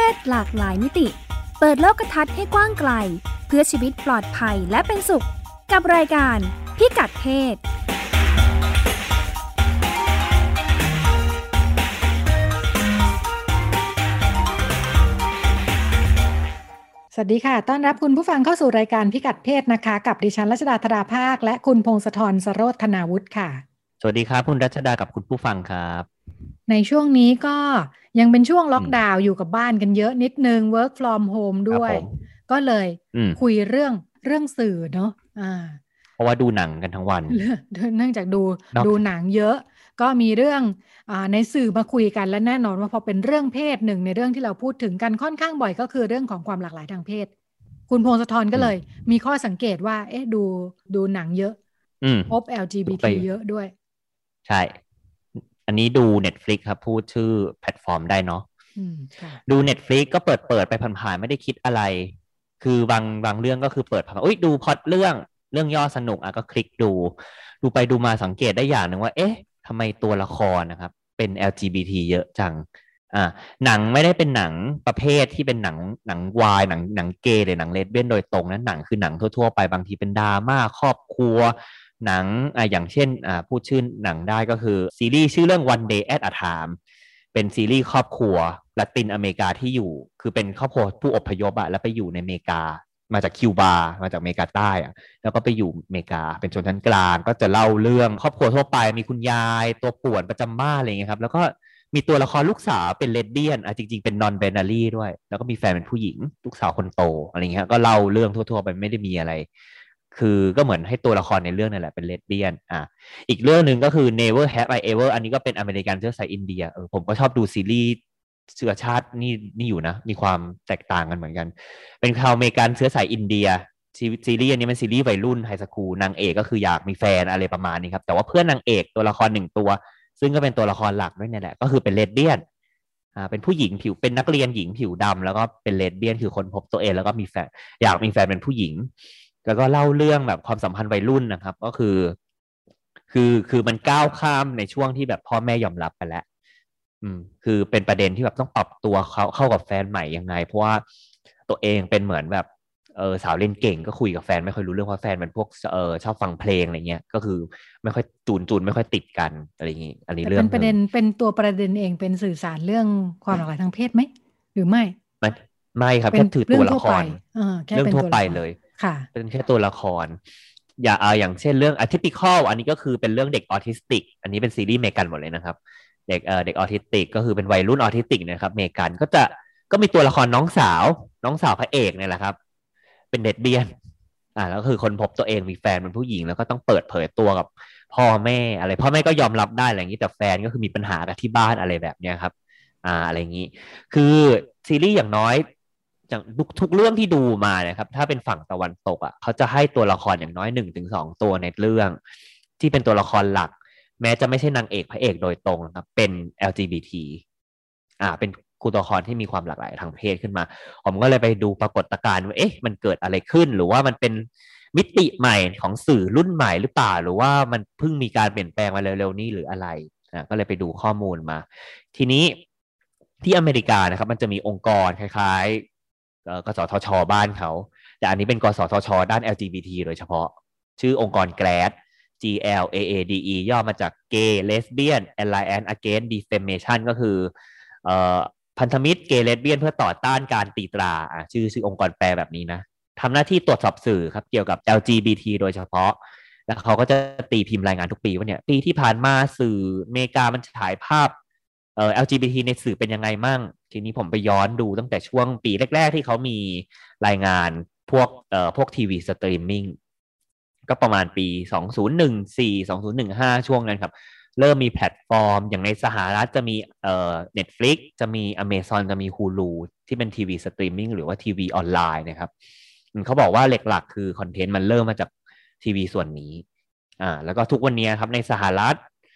ศหลากหลายมิติเปิดโลกทัศน์ให้กว้างไกลเพื่อชีวิตปลอดภัยและเป็นสุขกับรายการพิกัดเพศสวัสดีค่ะต้อนรับคุณผู้ฟังเข้าสู่รายการพิกัดเพศนะคะกับดิฉันรัชดาธราภาคและคุณพงศธร สโรธนาวุฒิค่ะสวัสดีครับคุณรัชดากับคุณผู้ฟังครับในช่วงนี้ก็ยังเป็นช่วงล็อกดาวน์อยู่กับบ้านกันเยอะนิดนึง work from home ด้วยก็เลยคุยเรื่องสื่อเนาะเพราะว่าดูหนังกันทั้งวันเนื่องจากดูหนังเยอะก็มีเรื่องในสื่อมาคุยกันและแน่นอนว่าพอเป็นเรื่องเพศหนึ่งในเรื่องที่เราพูดถึงกันค่อนข้างบ่อยก็คือเรื่องของความหลากหลายทางเพศคุณพงศธรก็เลยมีข้อสังเกตว่าดูหนังเยอะพบ LGBT เยอะด้วยใช่อันนี้ดู Netflix ครับพูดชื่อแพลตฟอร์มได้เนาะดู Netflix ก็เปิดไปผ่านๆไม่ได้คิดอะไรคือบางเรื่องก็คือเปิดผ่านดูพล็อตเรื่องย่อสนุกก็คลิกดูไปดูมาสังเกตได้อย่างหนึ่งว่าทำไมตัวละครนะครับเป็น LGBT เยอะจังหนังไม่ได้เป็นหนังประเภทที่เป็นหนังวายหนังเกย์หรือหนังเลสเบี้ยนโดยตรงนั้นหนังคือหนังทั่วๆไปบางทีเป็นดราม่าครอบครัวหนังอย่างเช่นพูดชื่อหนังได้ก็คือซีรีส์ชื่อเรื่อง One Day at a Time เป็นซีรีส์ครอบครัวละตินอเมริกาที่อยู่คือเป็นครอบครัวผู้อพยพแล้วไปอยู่ในอเมริกามาจากคิวบามาจากอเมริกาใต้แล้วก็ไปอยู่อเมริกาเป็นชนชั้นกลางก็จะเล่าเรื่องครอบครัวทั่วไปมีคุณยายตัวป่วนประจำบ้านอะไรเงี้ยครับแล้วก็มีตัวละครลูกสาวเป็นเลสเบี้ยนจริงๆเป็นนอนไบนารีด้วยแล้วก็มีแฟนเป็นผู้หญิงลูกสาวคนโตอะไรเงี้ยก็เล่าเรื่องทั่วๆไปไม่ได้มีอะไรคือก็เหมือนให้ตัวละครในเรื่องนั่นแหละเป็นเลสเบี้ยนอีกเรื่องหนึ่งก็คือ Never Have I Ever อันนี้ก็เป็นอเมริกันเชื้อสายอินเดียผมก็ชอบดูซีรีส์เชื้อชาตินี่อยู่นะมีความแตกต่างกันเหมือนกันเป็นชาวอเมริกันเชื้อสายอินเดียซีรีส์อันนี้เป็นซีรีส์วัยรุ่นไฮสคูลนางเอกก็คืออยากมีแฟนอะไรประมาณนี้ครับแต่ว่าเพื่อนนางเอกตัวละครหนึ่งตัวซึ่งก็เป็นตัวละครหลักด้วยเนี่ยแหละก็คือเป็นเลสเบี้ยนเป็นผู้หญิงผิวเป็นนักเรียนหญิงผิวดำแล้วก็เป็นเลสเบี้ยนคือคนพบตัวเองแล้วก็มีแฟนอยากมีแฟนเป็นผู้หญิงแล้วก็เล่าเรื่องแบบความสัมพันธ์วัยรุ่นนะครับก็คือมันก้าวข้ามในช่วงที่แบบพ่อแม่ยอมรับไปแล้วคือเป็นประเด็นที่แบบต้องปรับตัวเข้ากับแฟนใหม่ยังไงเพราะว่าตัวเองเป็นเหมือนแบบสาวเล่นเก่งก็คุยกับแฟนไม่ค่อยรู้เรื่องเพราะแฟนเป็นพวกชอบฟังเพลงอะไรเงี้ยก็คือไม่ค่อยจูนไม่ค่อยติดกันอะไรอย่างงี้อันนี้เรื่องเป็นประเด็นเป็นตัวประเด็นเองเป็นสื่อสารเรื่องความหลากหลายทางเพศไหมหรือไม่ครับแค่ถือตัวละครเรื่องทั่วไปเลยค่ะเป็นแค่ตัวละครอย่างเช่นเรื่อง Atypical อันนี้ก็คือเป็นเรื่องเด็กออทิสติกอันนี้เป็นซีรีส์อเมริกันหมดเลยนะครับเด็กออทิสติกก็คือเป็นวัยรุ่นออทิสติกนะครับอเมริกันก็มีตัวละครน้องสาวพระเอกเนี่ยแหละครับเป็นเลสเบี้ยนแล้วก็คือคนพบตัวเองมีแฟนเป็นผู้หญิงแล้วก็ต้องเปิดเผยตัวกับพ่อแม่อะไรพ่อแม่ก็ยอมรับได้อะไรอย่างนี้แต่แฟนก็คือมีปัญหากับที่บ้านอะไรแบบเนี้ยครับอะไรอย่างนี้คือซีรีส์อย่างน้อยอย่างทุกเรื่องที่ดูมานะครับถ้าเป็นฝั่งตะวันตกเขาจะให้ตัวละครอย่างน้อย 1-2 ตัวในเรื่องที่เป็นตัวละครหลักแม้จะไม่ใช่นางเอกพระเอกโดยตรงนะครับเป็น LGBT เป็นตัวละครที่มีความหลากหลายทางเพศขึ้นมาผมก็เลยไปดูปรากฏการณ์ว่ามันเกิดอะไรขึ้นหรือว่ามันเป็นมิติใหม่ของสื่อรุ่นใหม่หรือเปล่าหรือว่ามันเพิ่งมีการเปลี่ยนแปลงมาเร็วๆนี้หรืออะไรก็เลยไปดูข้อมูลมาทีนี้ที่อเมริกานะครับมันจะมีองค์กรคล้ายๆกสทช.บ้านเขาแต่อันนี้เป็นกสทช.ด้าน LGBT โดยเฉพาะชื่อองค์กร GLAAD GLAADE ย่อมาจาก Gay Lesbian Alliance Against Defamation ก็คือพันธมิตรเกย์เลสเบี้ยนเพื่อต่อต้านการตีตราชื่อองค์กรแปลแบบนี้นะทำหน้าที่ตรวจสอบสื่อครับเกี่ยวกับ LGBT โดยเฉพาะแล้วเขาก็จะตีพิมพ์รายงานทุกปีว่าเนี่ยปีที่ผ่านมาสื่ออเมริกามันฉายภาพLGBT ในสื่อเป็นยังไงมั่งทีนี้ผมไปย้อนดูตั้งแต่ช่วงปีแรกๆที่เขามีรายงานพวกทีวีสตรีมมิ่งก็ประมาณปี2014-2015ช่วงนั้นครับเริ่มมีแพลตฟอร์มอย่างในสหรัฐจะมีNetflix จะมี Amazon จะมี Hulu ที่เป็นทีวีสตรีมมิ่งหรือว่าทีวีออนไลน์นะครับเขาบอกว่าหลักๆคือคอนเทนต์มันเริ่มมาจากทีวีส่วนนี้แล้วก็ทุกวันนี้ครับในสหรัฐ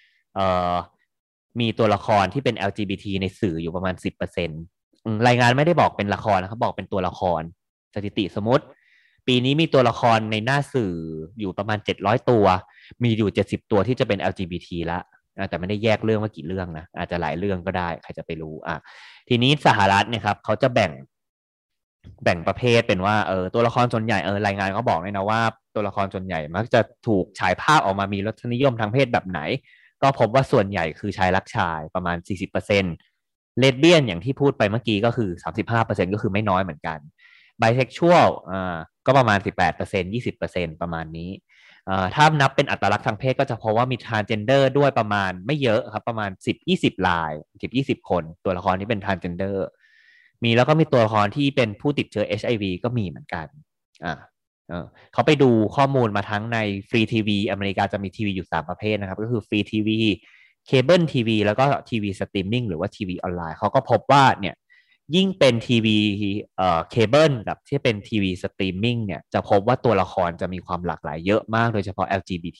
มีตัวละครที่เป็น LGBT ในสื่ออยู่ประมาณ 10% รายงานไม่ได้บอกเป็นละครนะครับบอกเป็นตัวละครสถิติสมมติปีนี้มีตัวละครในหน้าสื่ออยู่ประมาณ700ตัวมีอยู่70ตัวที่จะเป็น LGBT ละแต่ไม่ได้แยกเรื่องว่ากี่เรื่องนะอาจจะหลายเรื่องก็ได้ใครจะไปรู้ทีนี้สหรัฐเนี่ยครับเขาจะแบ่งประเภทเป็นว่าตัวละครส่วนใหญ่รายงานเขาบอกเลยนะว่าตัวละครส่วนใหญ่มักจะถูกฉายภาพออกมามีรสนิยมทางเพศแบบไหนก็พบว่าส่วนใหญ่คือชายรักชายประมาณ 40%เลสเบี้ยนอย่างที่พูดไปเมื่อกี้ก็คือ 35% ก็คือไม่น้อยเหมือนกันไบเซ็กชวลก็ประมาณ 18% 20% ประมาณนี้ถ้านับเป็นอัตลักษณ์ทางเพศก็จะพบว่ามีทรานส์เจนเดอร์ด้วยประมาณไม่เยอะครับประมาณ 10-20 ราย 10-20 คนตัวละครที่เป็นทรานส์เจนเดอร์มีแล้วก็มีตัวละครที่เป็นผู้ติดเชื้อ HIV ก็มีเหมือนกันเขาไปดูข้อมูลมาทั้งในฟรีทีวีอเมริกาจะมีทีวีอยู่3ประเภทนะครับก็คือฟรีทีวีเคเบิลทีวีแล้วก็ทีวีสตรีมมิ่งหรือว่าทีวีออนไลน์เขาก็พบว่าเนี่ยยิ่งเป็นทีวีเคเบิลกับที่เป็นทีวีสตรีมมิ่งเนี่ยจะพบว่าตัวละครจะมีความหลากหลายเยอะมากโดยเฉพาะ LGBT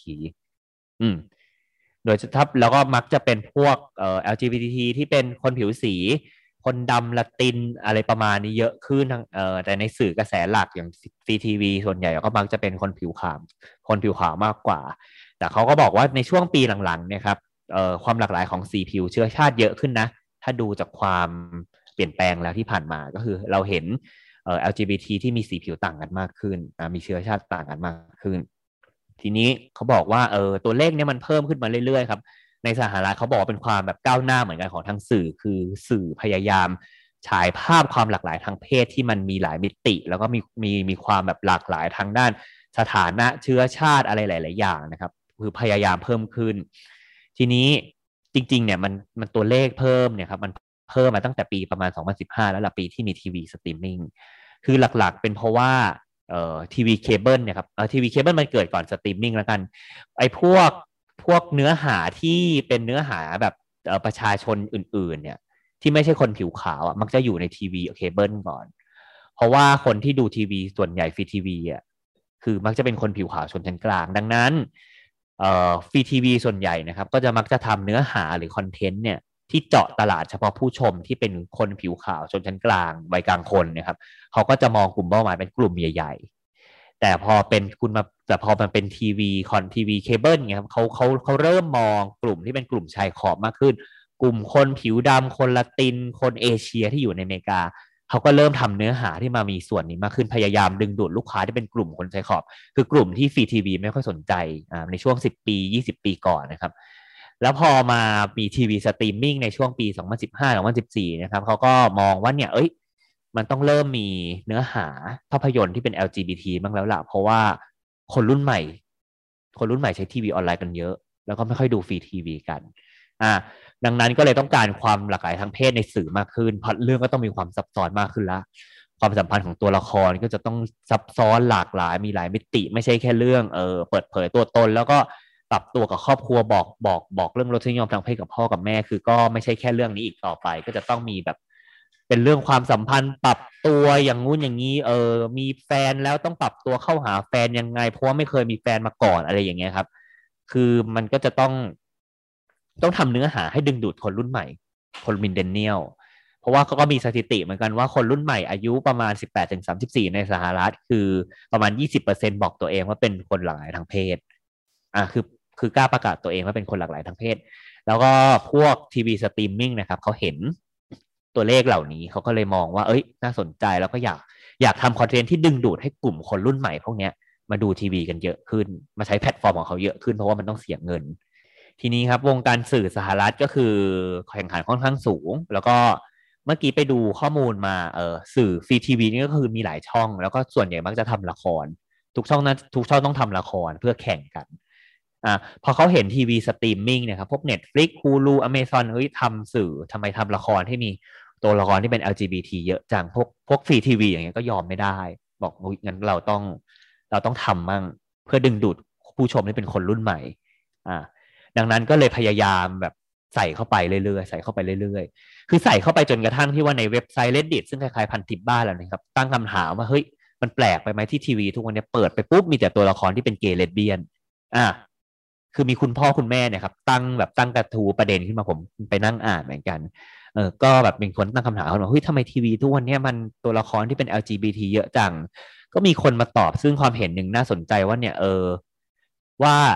โดยถ้าแล้วก็มักจะเป็นพวกLGBT ที่เป็นคนผิวสีคนดำละตินอะไรประมาณนี้เยอะขึ้นแต่ในสื่อกระแสหลักอย่างฟรีทีวีส่วนใหญ่ก็มักจะเป็นคนผิวขาวมากกว่าแต่เขาก็บอกว่าในช่วงปีหลังๆเนี่ยครับความหลากหลายของสีผิวเชื้อชาติเยอะขึ้นนะถ้าดูจากความเปลี่ยนแปลงแล้วที่ผ่านมาก็คือเราเห็นLGBT ที่มีสีผิวต่างกันมากขึ้นมีเชื้อชาติต่างกันมากขึ้นทีนี้เขาบอกว่าตัวเลขเนี่ยมันเพิ่มขึ้นมาเรื่อยๆครับในสหรัฐเขาบอกเป็นความแบบก้าวหน้าเหมือนกันของทางสื่อคือสื่อพยายามฉายภาพความหลากหลายทางเพศที่มันมีหลายมิติแล้วก็มีความแบบหลากหลายทางด้านสถานะเชื้อชาติอะไรหลายๆอย่างนะครับคือพยายามเพิ่มขึ้นทีนี้จริงๆเนี่ยมันตัวเลขเพิ่มเนี่ยครับมันเพิ่มมาตั้งแต่ปีประมาณ2015แล้วล่ะปีที่มีทีวีสตรีมมิ่งคือหลักๆเป็นเพราะว่าทีวีเคเบิลเนี่ยครับทีวีเคเบิลมันเกิดก่อนสตรีมมิ่งแล้วกันไอ้พวกเนื้อหาที่เป็นเนื้อหาแบบประชาชนอื่นๆเนี่ยที่ไม่ใช่คนผิวขาวมักจะอยู่ในทีวีเคเบิลก่อนเพราะว่าคนที่ดูทีวีส่วนใหญ่ฟรีทีวีคือมักจะเป็นคนผิวขาวชนชั้นกลางดังนั้นฟรีทีวีส่วนใหญ่นะครับก็จะมักจะทำเนื้อหาหรือคอนเทนต์เนี่ยที่เจาะตลาดเฉพาะผู้ชมที่เป็นคนผิวขาวชนชั้นกลางวัยกลางคนนะครับเขาก็จะมองกลุ่มเป้าหมายเป็นกลุ่มใหญ่ๆแต่พอมันเป็นทีวีเคเบิลเนี่ยครับเขาเริ่มมองกลุ่มที่เป็นกลุ่มชายขอบมากขึ้นกลุ่มคนผิวดำคนละตินคนเอเชียที่อยู่ในอเมริกาเขาก็เริ่มทำเนื้อหาที่มามีส่วนนี้มากขึ้นพยายามดึงดูดลูกค้าที่เป็นกลุ่มคนชายขอบคือกลุ่มที่ฟรีทีวีไม่ค่อยสนใจในช่วง10 ปี20 ปีก่อนนะครับแล้วพอมามีทีวีสตรีมมิ่งในช่วงปี2015-2014นะครับเขาก็มองว่าเนี่ยมันต้องเริ่มมีเนื้อหาภาพยนตร์ที่เป็น LGBT บ้างแล้วล่ะเพราะว่าคนรุ่นใหม่ใช้ทีวีออนไลน์กันเยอะแล้วก็ไม่ค่อยดูฟรีทีวีกันดังนั้นก็เลยต้องการความหลากหลายทางเพศในสื่อมากขึ้นเพราะเรื่องก็ต้องมีความซับซ้อนมากขึ้นละความสัมพันธ์ของตัวละครก็จะต้องซับซ้อนหลากหลายมีหลายมิติไม่ใช่แค่เรื่องเปิดเผยตัวตนแล้วก็ปรับตัวกับครอบครัวบอกเรื่องรสนิยมทางเพศกับพ่อกับแม่คือก็ไม่ใช่แค่เรื่องนี้อีกต่อไปก็จะต้องมีแบบเป็นเรื่องความสัมพันธ์ปรับตัวอย่างงู้นอย่างนี้มีแฟนแล้วต้องปรับตัวเข้าหาแฟนยังไงเพราะว่าไม่เคยมีแฟนมาก่อนอะไรอย่างเงี้ยครับคือมันก็จะต้องทำเนื้อหาให้ดึงดูดคนรุ่นใหม่คนมิลเลนเนียลเพราะว่าเขาก็มีสถิติเหมือนกันว่าคนรุ่นใหม่อายุประมาณ18-34ในสหรัฐคือประมาณ 20% บอกตัวเองว่าเป็นคนหลากหลายทางเพศคือกล้าประกาศตัวเองว่าเป็นคนหลากหลายทางเพศแล้วก็พวกทีวีสตรีมมิ่งนะครับเขาเห็นตัวเลขเหล่านี้เขาก็เลยมองว่าน่าสนใจแล้วก็อยากทำคอนเทนต์ที่ดึงดูดให้กลุ่มคนรุ่นใหม่พวกนี้มาดูทีวีกันเยอะขึ้นมาใช้แพลตฟอร์มของเขาเยอะขึ้นเพราะว่ามันต้องเสียเงินทีนี้ครับวงการสื่อสหรัฐก็คือแข่งขันค่อนข้างสูงแล้วก็เมื่อกี้ไปดูข้อมูลมาสื่อฟรีทีวีนี่ก็คือมีหลายช่องแล้วก็ส่วนใหญ่มักจะทำละครทุกช่องต้องทำละครเพื่อแข่งกันพอเขาเห็นทีวีสตรีมมิ่งเนี่ยครับพวก Netflix Hulu Amazon ทำสื่อทำไมทำละครให้มีตัวละครที่เป็น LGBT เยอะจังพวกฟรีทีวีอย่างเงี้ยก็ยอมไม่ได้บอกงั้นเราต้องทำมั่งเพื่อดึงดูดผู้ชมที่เป็นคนรุ่นใหม่ดังนั้นก็เลยพยายามแบบใส่เข้าไปเรื่อยๆคือใส่เข้าไปจนกระทั่งที่ว่าในเว็บไซต์ Reddit ซึ่งคล้ายๆพันทิปบ้านแล้วนะครับตั้งคำถามว่าเฮ้ยมันแปลกไปไหมที่ทีวีทุกวันนี้เปิดไปปุ๊บมีแต่ตัวละครที่เป็นเกย์เลสเบี้ยนคือมีคุณพ่อคุณแม่เนี่ยครับตั้งกระทู้ประเด็นขึ้นมาผมไปนั่งอ่านเหมือนกันก็แบบมีคนตั้งคำถามว่าเฮ้ยทำไมทีวีทุกวันนี้มันตัวละครที่เป็น LGBT เยอะจังก็มีคนมาตอบซึ่งความเห็นหนึ่งน่าสนใจว่าเนี่ยว่าจ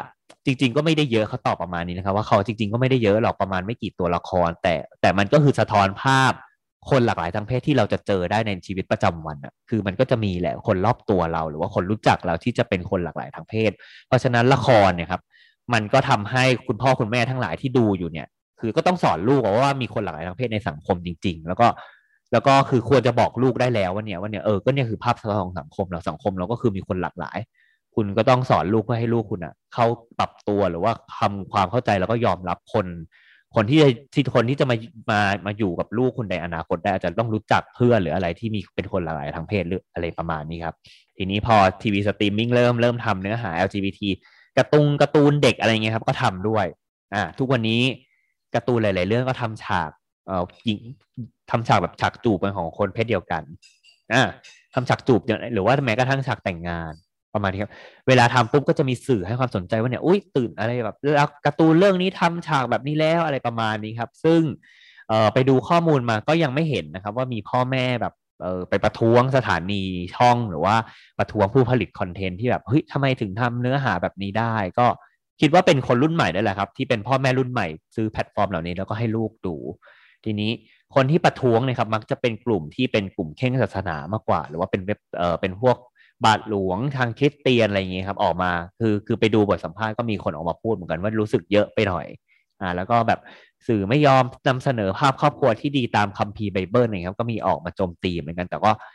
จริงๆก็ไม่ได้เยอะเขาตอบประมาณนี้นะครับว่าเขาจริงๆก็ไม่ได้เยอะหรอกประมาณไม่กี่ตัวละครแต่มันก็คือสะท้อนภาพคนหลากหลายทางเพศที่เราจะเจอได้ในชีวิตประจำวันอ่ะคือมันก็จะมีแหละคนรอบตัวเราหรือว่าคนรู้จักเราที่จะเป็นคนหลากหลายทางเพศเพราะฉะนั้นละครเนี่ยครับมันก็ทำให้คุณพ่อคุณแม่ทั้งหลายที่ดูอยู่เนี่ยคือก็ต้องสอนลูกว่ามีคนหลากหลายทางเพศในสังคมจริงๆแล้วก็คือควรจะบอกลูกได้แล้วว่าเนี่ยก็เนี่ยคือภาพสะท้อนของสังคมเราก็คือมีคนหลากหลายคุณก็ต้องสอนลูกเพื่อให้ลูกคุณอ่ะเขาปรับตัวหรือว่าทำความเข้าใจแล้วก็ยอมรับคนที่จะมาอยู่กับลูกคุณในอนาคตได้อาจจะต้องรู้จักเพื่อนหรืออะไรที่มีเป็นคนหลากหลายทางเพศหรืออะไรประมาณนี้ครับทีนี้พอทีวีสตรีมมิ่งเริ่มทำเนื้อหา LGBT การ์ตูนเด็กอะไรเงี้ยครับก็ทำด้วยทุกวันนี้การ์ตูนหลายๆเรื่องก็ทำฉากหญิงทำฉากแบบฉากจูบเป็นของคนเพศเดียวกันทำฉากจูบหรือว่าแม้กระทั่งฉากแต่งงานประมาณนี้ครับเวลาทำปุ๊บก็จะมีสื่อให้ความสนใจว่าเนี่ยอุ้ยตื่นอะไรแบบการ์ตูนเรื่องนี้ทำฉากแบบนี้แล้วอะไรประมาณนี้ครับซึ่งไปดูข้อมูลมาก็ยังไม่เห็นนะครับว่ามีพ่อแม่แบบไปประท้วงสถานีช่องหรือว่าประท้วงผู้ผลิตคอนเทนต์ที่แบบเฮ้ยทำไมถึงทำเนื้อหาแบบนี้ได้ก็คิดว่าเป็นคนรุ่นใหม่ได้แหละครับที่เป็นพ่อแม่รุ่นใหม่ซื้อแพลตฟอร์มเหล่านี้แล้วก็ให้ลูกดูทีนี้คนที่ประท้วงเนี่ยครับมักจะเป็นกลุ่มที่เป็นกลุ่มเคร่งศาสนามากกว่าหรือว่าเป็นเป็นพวกบาทหลวงทางคริสเตียนอะไรอย่างเงี้ยครับออกมาคือไปดูบทสัมภาษณ์ก็มีคนออกมาพูดเหมือนกันว่ารู้สึกเยอะไปหน่อยแล้วก็แบบสื่อไม่ยอมนำเสนอภาพครอบครัวที่ดีตามคัมภีร์ไบเบิลนะครับก็มีออกมาโจมตีเหมือนกันแต่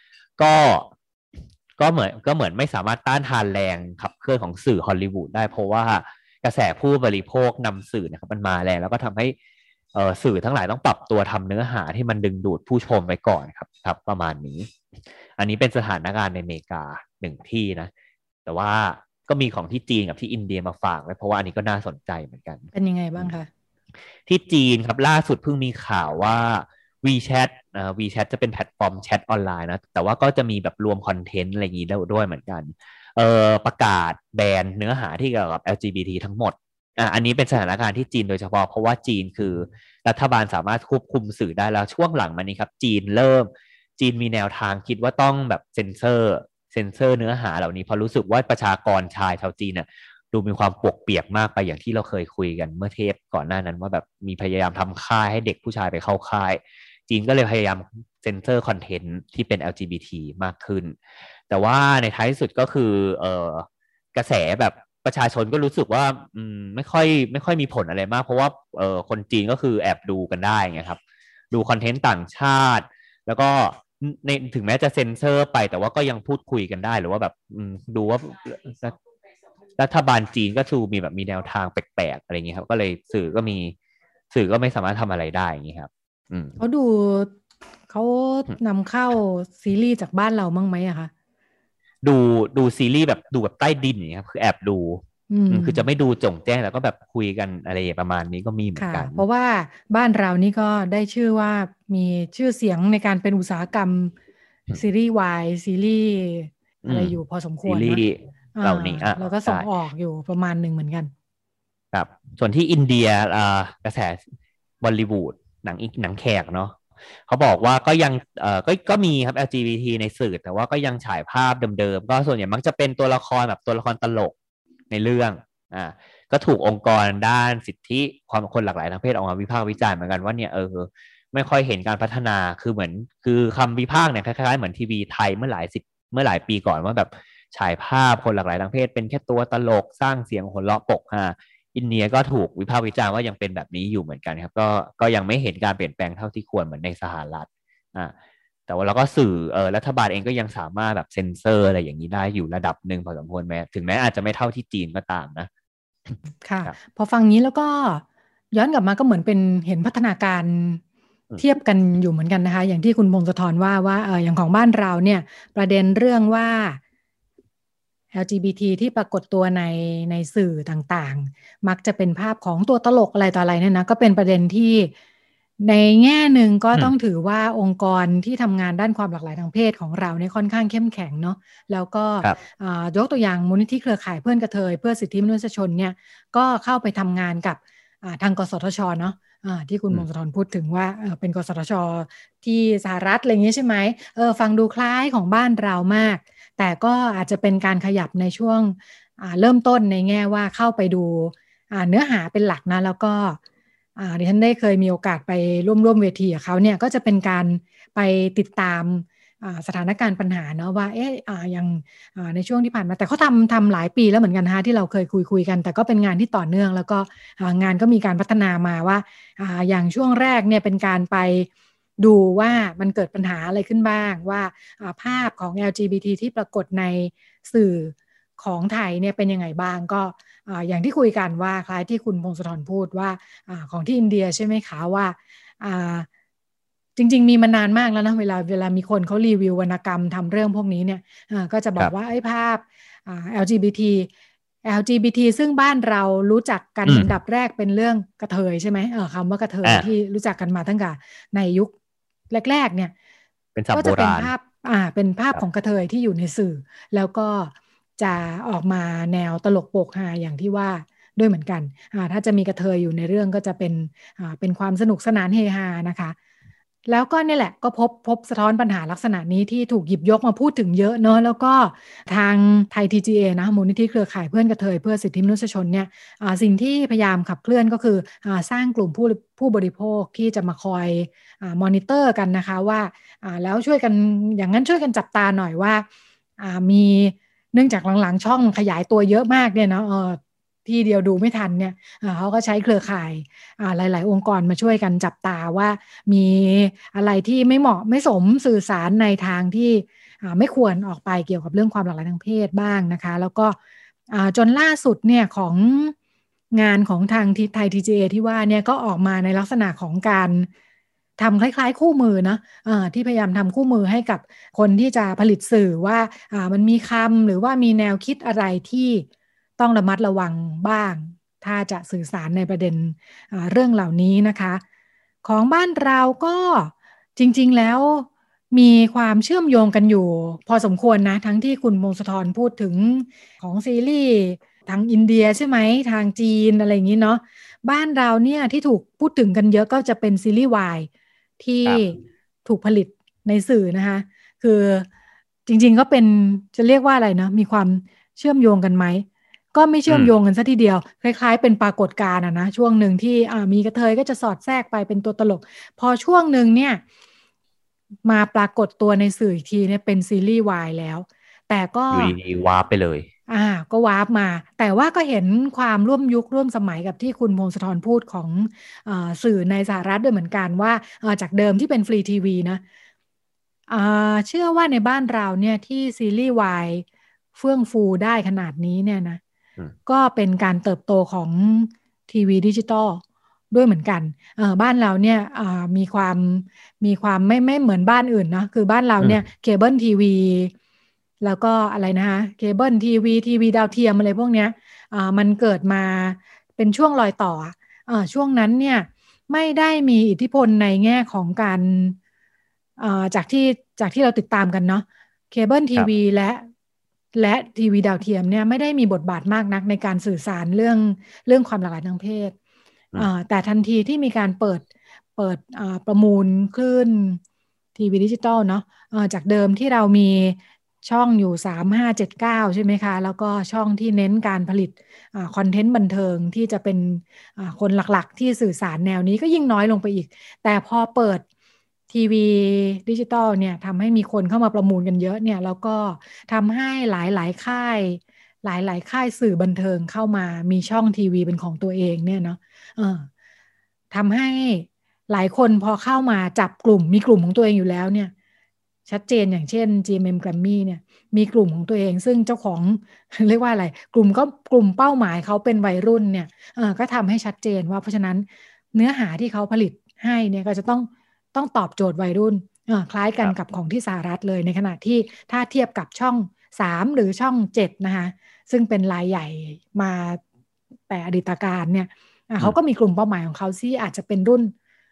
ก็เหมือนไม่สามารถต้านทานแรงขับเคลื่อนของสื่อฮอลลีวูดได้เพราะว่ากระแสผู้บริโภคนำสื่อนะครับมันมาแรงแล้วก็ทำให้สื่อทั้งหลายต้องปรับตัวทำเนื้อหาที่มันดึงดูดผู้ชมไว้ก่อนครับประมาณนี้อันนี้เป็นสถานการณ์ในอเมริกาหนึ่งที่นะแต่ว่าก็มีของที่จีนกับที่อินเดียมาฝากไว้เพราะว่าอันนี้ก็น่าสนใจเหมือนกันเป็นยังไงบ้างคะที่จีนครับล่าสุดเพิ่งมีข่าวว่า WeChat WeChat จะเป็นแพลตฟอร์มแชทออนไลน์นะแต่ว่าก็จะมีแบบรวมคอนเทนต์อะไรอย่างนี้ด้วยเหมือนกันประกาศแบนเนื้อหาที่เกี่ยวกับ LGBT ทั้งหมดอันนี้เป็นสถานการณ์ที่จีนโดยเฉพาะเพราะว่าจีนคือรัฐบาลสามารถควบคุมสื่อได้แล้วช่วงหลังมานี้ครับจีนมีแนวทางคิดว่าต้องแบบเซ็นเซอร์เนื้อหาเหล่านี้เพราะรู้สึกว่าประชากรชายชาวจีนน่ะดูมีความปวกเปียกมากไปอย่างที่เราเคยคุยกันเมื่อเทปก่อนหน้านั้นว่าแบบมีพยายามทำค่ายให้เด็กผู้ชายไปเข้าค่ายจีนก็เลยพยายามเซ็นเซอร์คอนเทนต์ที่เป็น LGBT มากขึ้นแต่ว่าในท้ายสุดก็คือกระแสแบบประชาชนก็รู้สึกว่าไม่ค่อยมีผลอะไรมากเพราะว่าคนจีนก็คือแอบดูกันได้ไงครับดูคอนเทนต์ต่างชาติแล้วก็ถึงแม้จะเซ็นเซอร์ไปแต่ว่าก็ยังพูดคุยกันได้หรือว่าแบบดูว่ารัฐบาลจีนก็มีแนวทางแปลกๆอะไรอย่างนี้ครับก็เลยสื่อก็ไม่สามารถทำอะไรได้อย่างนี้ครับเขานำเข้าซีรีส์จากบ้านเรามั้งไหมอะคะดูซีรีส์แบบดูแบบใต้ดินอย่างนี้ครับคือแอบดูคือจะไม่ดูจงแจ้งแล้วก็แบบคุยกันอะไรประมาณนี้ก็มีเหมือนกันเพราะว่าบ้านเรานี่ก็ได้ชื่อว่ามีชื่อเสียงในการเป็นอุตสาหกรรมซีรีส์วายซีรีส์อะไรอยู่พอสมควรนะเหล่านี้แล้วก็ส่งออกอยู่ประมาณหนึ่งเหมือนกันครับส่วนที่อินเดียกระแสบอลลีวูดหนังแขกเนาะเขาบอกว่าก็ยังก็มีครับ LGBT ในสื่อแต่ว่าก็ยังฉายภาพเดิมๆก็ส่วนใหญ่มักจะเป็นตัวละครแบบตัวละครตลกในเรื่องก็ถูกองค์กรด้านสิทธิความคนหลากหลายทางเพศออกมาวิพากษ์วิจารณ์เหมือนกันว่าเนี่ยไม่ค่อยเห็นการพัฒนาคือคำวิพากษ์เนี่ยคล้ายๆเหมือนทีวีไทยเมื่อหลายปีก่อนว่าแบบฉายภาพคนหลากหลายทางเพศเป็นแค่ตัวตลกสร้างเสียงหัวเราะปกอินเดียก็ถูกวิพากษ์วิจารณ์ว่ายังเป็นแบบนี้อยู่เหมือนกันครับก็ยังไม่เห็นการเปลี่ยนแปลงเท่าที่ควรเหมือนในสหรัฐแต่ว่าเราก็สื่อรัฐบาลเองก็ยังสามารถแบบเซ็นเซอร์อะไรอย่างนี้ได้อยู่ระดับหนึ่งพอสมควรถึงแม้อาจจะไม่เท่าที่จีนก็ตามนะค่ะพอฟังนี้แล้วก็ย้อนกลับมาก็เหมือนเป็นเห็นพัฒนาการเทียบกันอยู่เหมือนกันนะคะอย่างที่คุณพงศธรว่าอย่างของบ้านเราเนี่ยประเด็นเรื่องว่า LGBT ที่ปรากฏตัวในสื่อต่างๆมักจะเป็นภาพของตัวตลกอะไรต่ออะไรเนี่ยนะก็เป็นประเด็นที่ในแง่หนึ่งก็ต้องถือว่าองค์กรที่ทำงานด้านความหลากหลายทางเพศของเราเนี่ยค่อนข้างเข้มแข็งเนาะแล้วก็ยกตัวอย่างมูลนิธิเครือข่ายเพื่อนกระเทยเพื่อสิทธิมนุษยชนเนี่ยก็เข้าไปทำงานกับทางกสทช.เนาะที่คุณมงคลธรพูดถึงว่าเป็นกสทช.ที่สหรัฐอะไรอย่างเงี้ยใช่ไหมฟังดูคล้ายของบ้านเรามากแต่ก็อาจจะเป็นการขยับในช่วงเริ่มต้นในแง่ว่าเข้าไปดูเนื้อหาเป็นหลักนะแล้วก็ดิฉันได้เคยมีโอกาสไปร่วมเวทีกับเขาเนี่ยก็จะเป็นการไปติดตามสถานการณ์ปัญหาเนาะว่าอย่างในช่วงที่ผ่านมาแต่เขาทำหลายปีแล้วเหมือนกันฮะที่เราเคยคุยกันแต่ก็เป็นงานที่ต่อเนื่องแล้วก็งานก็มีการพัฒนามาว่าอย่างช่วงแรกเนี่ยเป็นการไปดูว่ามันเกิดปัญหาอะไรขึ้นบ้างว่าภาพของ LGBT ที่ปรากฏในสื่อของไทยเนี่ยเป็นยังไงบ้างก็อย่างที่คุยกันว่าคล้ายที่คุณพงศธรพูดว่าของที่อินเดียใช่ไหมคะว่าจริงๆมีมานานมากแล้วนะเวลามีคนเขารีวิววรรณกรรมทำเรื่องพวกนี้เนี่ยก็จะบอกว่าไอ้ภาพLGBT ซึ่งบ้านเรารู้จักกันอันดับแรกเป็นเรื่องกระเทยใช่ไหมคำว่ากระเทยที่รู้จักกันมาตั้งแต่ในยุคแรกๆเนี่ยก็จะเป็นภาพของกระเทยที่อยู่ในสื่อแล้วก็จะออกมาแนวตลกโปกฮาอย่างที่ว่าด้วยเหมือนกันถ้าจะมีกระเทยอยู่ในเรื่องก็จะเป็นความสนุกสนานเฮฮานะคะแล้วก็นี่แหละก็พบสะท้อนปัญหาลักษณะนี้ที่ถูกหยิบยกมาพูดถึงเยอะเนอะแล้วก็ทางไทย TGA นะมูลนิธิเครือข่ายเพื่อนกระเทยเพื่อสิทธิมนุษยชนเนี่ยสิ่งที่พยายามขับเคลื่อนก็คือสร้างกลุ่มผู้บริโภคที่จะมาคอยมอนิเตอร์กันนะคะว่าแล้วช่วยกันอย่างนั้นช่วยกันจับตาหน่อยว่ามีเนื่องจากหลังๆช่องขยายตัวเยอะมากเนี่ยเนาะที่เดียวดูไม่ทันเนี่ยเขาก็ใช้เครือข่ายหลายๆองค์กรมาช่วยกันจับตาว่ามีอะไรที่ไม่เหมาะไม่สมสื่อสารในทางที่ไม่ควรออกไปเกี่ยวกับเรื่องความหลากหลายทางเพศบ้างนะคะแล้วก็จนล่าสุดเนี่ยของงานของทางไทย TGA ที่ว่าเนี่ยก็ออกมาในลักษณะของการทำคล้ายๆคู่มือนะที่พยายามทำคู่มือให้กับคนที่จะผลิตสื่อว่ามันมีคำหรือว่ามีแนวคิดอะไรที่ต้องระมัดระวังบ้างถ้าจะสื่อสารในประเด็นเรื่องเหล่านี้นะคะของบ้านเราก็จริงๆแล้วมีความเชื่อมโยงกันอยู่พอสมควรนะทั้งที่คุณพงศธรพูดถึงของซีรีส์ทางอินเดียใช่ไหมทางจีนอะไรอย่างนี้เนาะบ้านเราเนี่ยที่ถูกพูดถึงกันเยอะก็จะเป็นซีรีส์วายที่ถูกผลิตในสื่อนะคะคือจริงๆก็เป็นจะเรียกว่าอะไรนะมีความเชื่อมโยงกันไหมก็ไม่เชื่อมโยงกันซะทีเดียวคล้ายๆเป็นปรากฏการณ์นะช่วงหนึ่งที่มีกระเทยก็จะสอดแทรกไปเป็นตัวตลกพอช่วงหนึ่งเนี่ยมาปรากฏตัวในสื่ออีกทีเนี่ยเป็นซีรีส์วายแล้วแต่ก็อยู่ดีๆวาร์ปไปเลยก็วาร์ปมาแต่ว่าก็เห็นความร่วมยุคร่วมสมัยกับที่คุณพงศธรพูดของสื่อในสหรัฐด้วยเหมือนกันว่าจากเดิมที่เป็นฟรีทีวีนะเชื่อว่าในบ้านเราเนี่ยที่ซีรีส์วายเฟื่องฟูได้ขนาดนี้เนี่ยนะก็เป็นการเติบโตของทีวีดิจิตอลด้วยเหมือนกันบ้านเราเนี่ยมีความไม่เหมือนบ้านอื่นนะคือบ้านเราเนี่ยเคเบิลทีวีแล้วก็อะไรนะคะเคเบิลทีวีดาวเทียมอะไรพวกเนี้ยมันเกิดมาเป็นช่วงรอยต่อช่วงนั้นเนี่ยไม่ได้มีอิทธิพลในแง่ของการจากที่เราติดตามกันเนาะเคเบิลทีวีและทีวีดาวเทียมเนี่ยไม่ได้มีบทบาทมากนักในการสื่อสารเรื่องความหลากหลายทางเพศแต่ทันทีที่มีการเปิดประมูลคลื่นทีวีดิจิตอลเนาะจากเดิมที่เรามีช่องอยู่3579ใช่ไหมคะแล้วก็ช่องที่เน้นการผลิตคอนเทนต์บันเทิงที่จะเป็นคนหลักๆที่สื่อสารแนวนี้ก็ยิ่งน้อยลงไปอีกแต่พอเปิดทีวีดิจิตอลเนี่ยทำให้มีคนเข้ามาประมูลกันเยอะเนี่ยแล้วก็ทำให้หลายค่ายสื่อบันเทิงเข้ามามีช่องทีวีเป็นของตัวเองเนี่ยเนาะทำให้หลายคนพอเข้ามาจับกลุ่มมีกลุ่มของตัวเองอยู่แล้วเนี่ยชัดเจนอย่างเช่น GMM Grammy เนี่ยมีกลุ่มของตัวเองซึ่งเจ้าของ เรียกว่าอะไรกลุ่มเป้าหมายเขาเป็นวัยรุ่นเนี่ยก็ทำให้ชัดเจนว่าเพราะฉะนั้นเนื้อหาที่เขาผลิตให้เนี่ยก็จะต้องตอบโจทย์วัยรุ่นคล้ายกันกับของที่สหรัฐเลยในขณะที่ถ้าเทียบกับช่อง3หรือช่อง7นะคะซึ่งเป็นรายใหญ่มาแต่อดีตการเนี่ยเขาก็มีกลุ่มเป้าหมายของเขาที่อาจจะเป็นรุ่น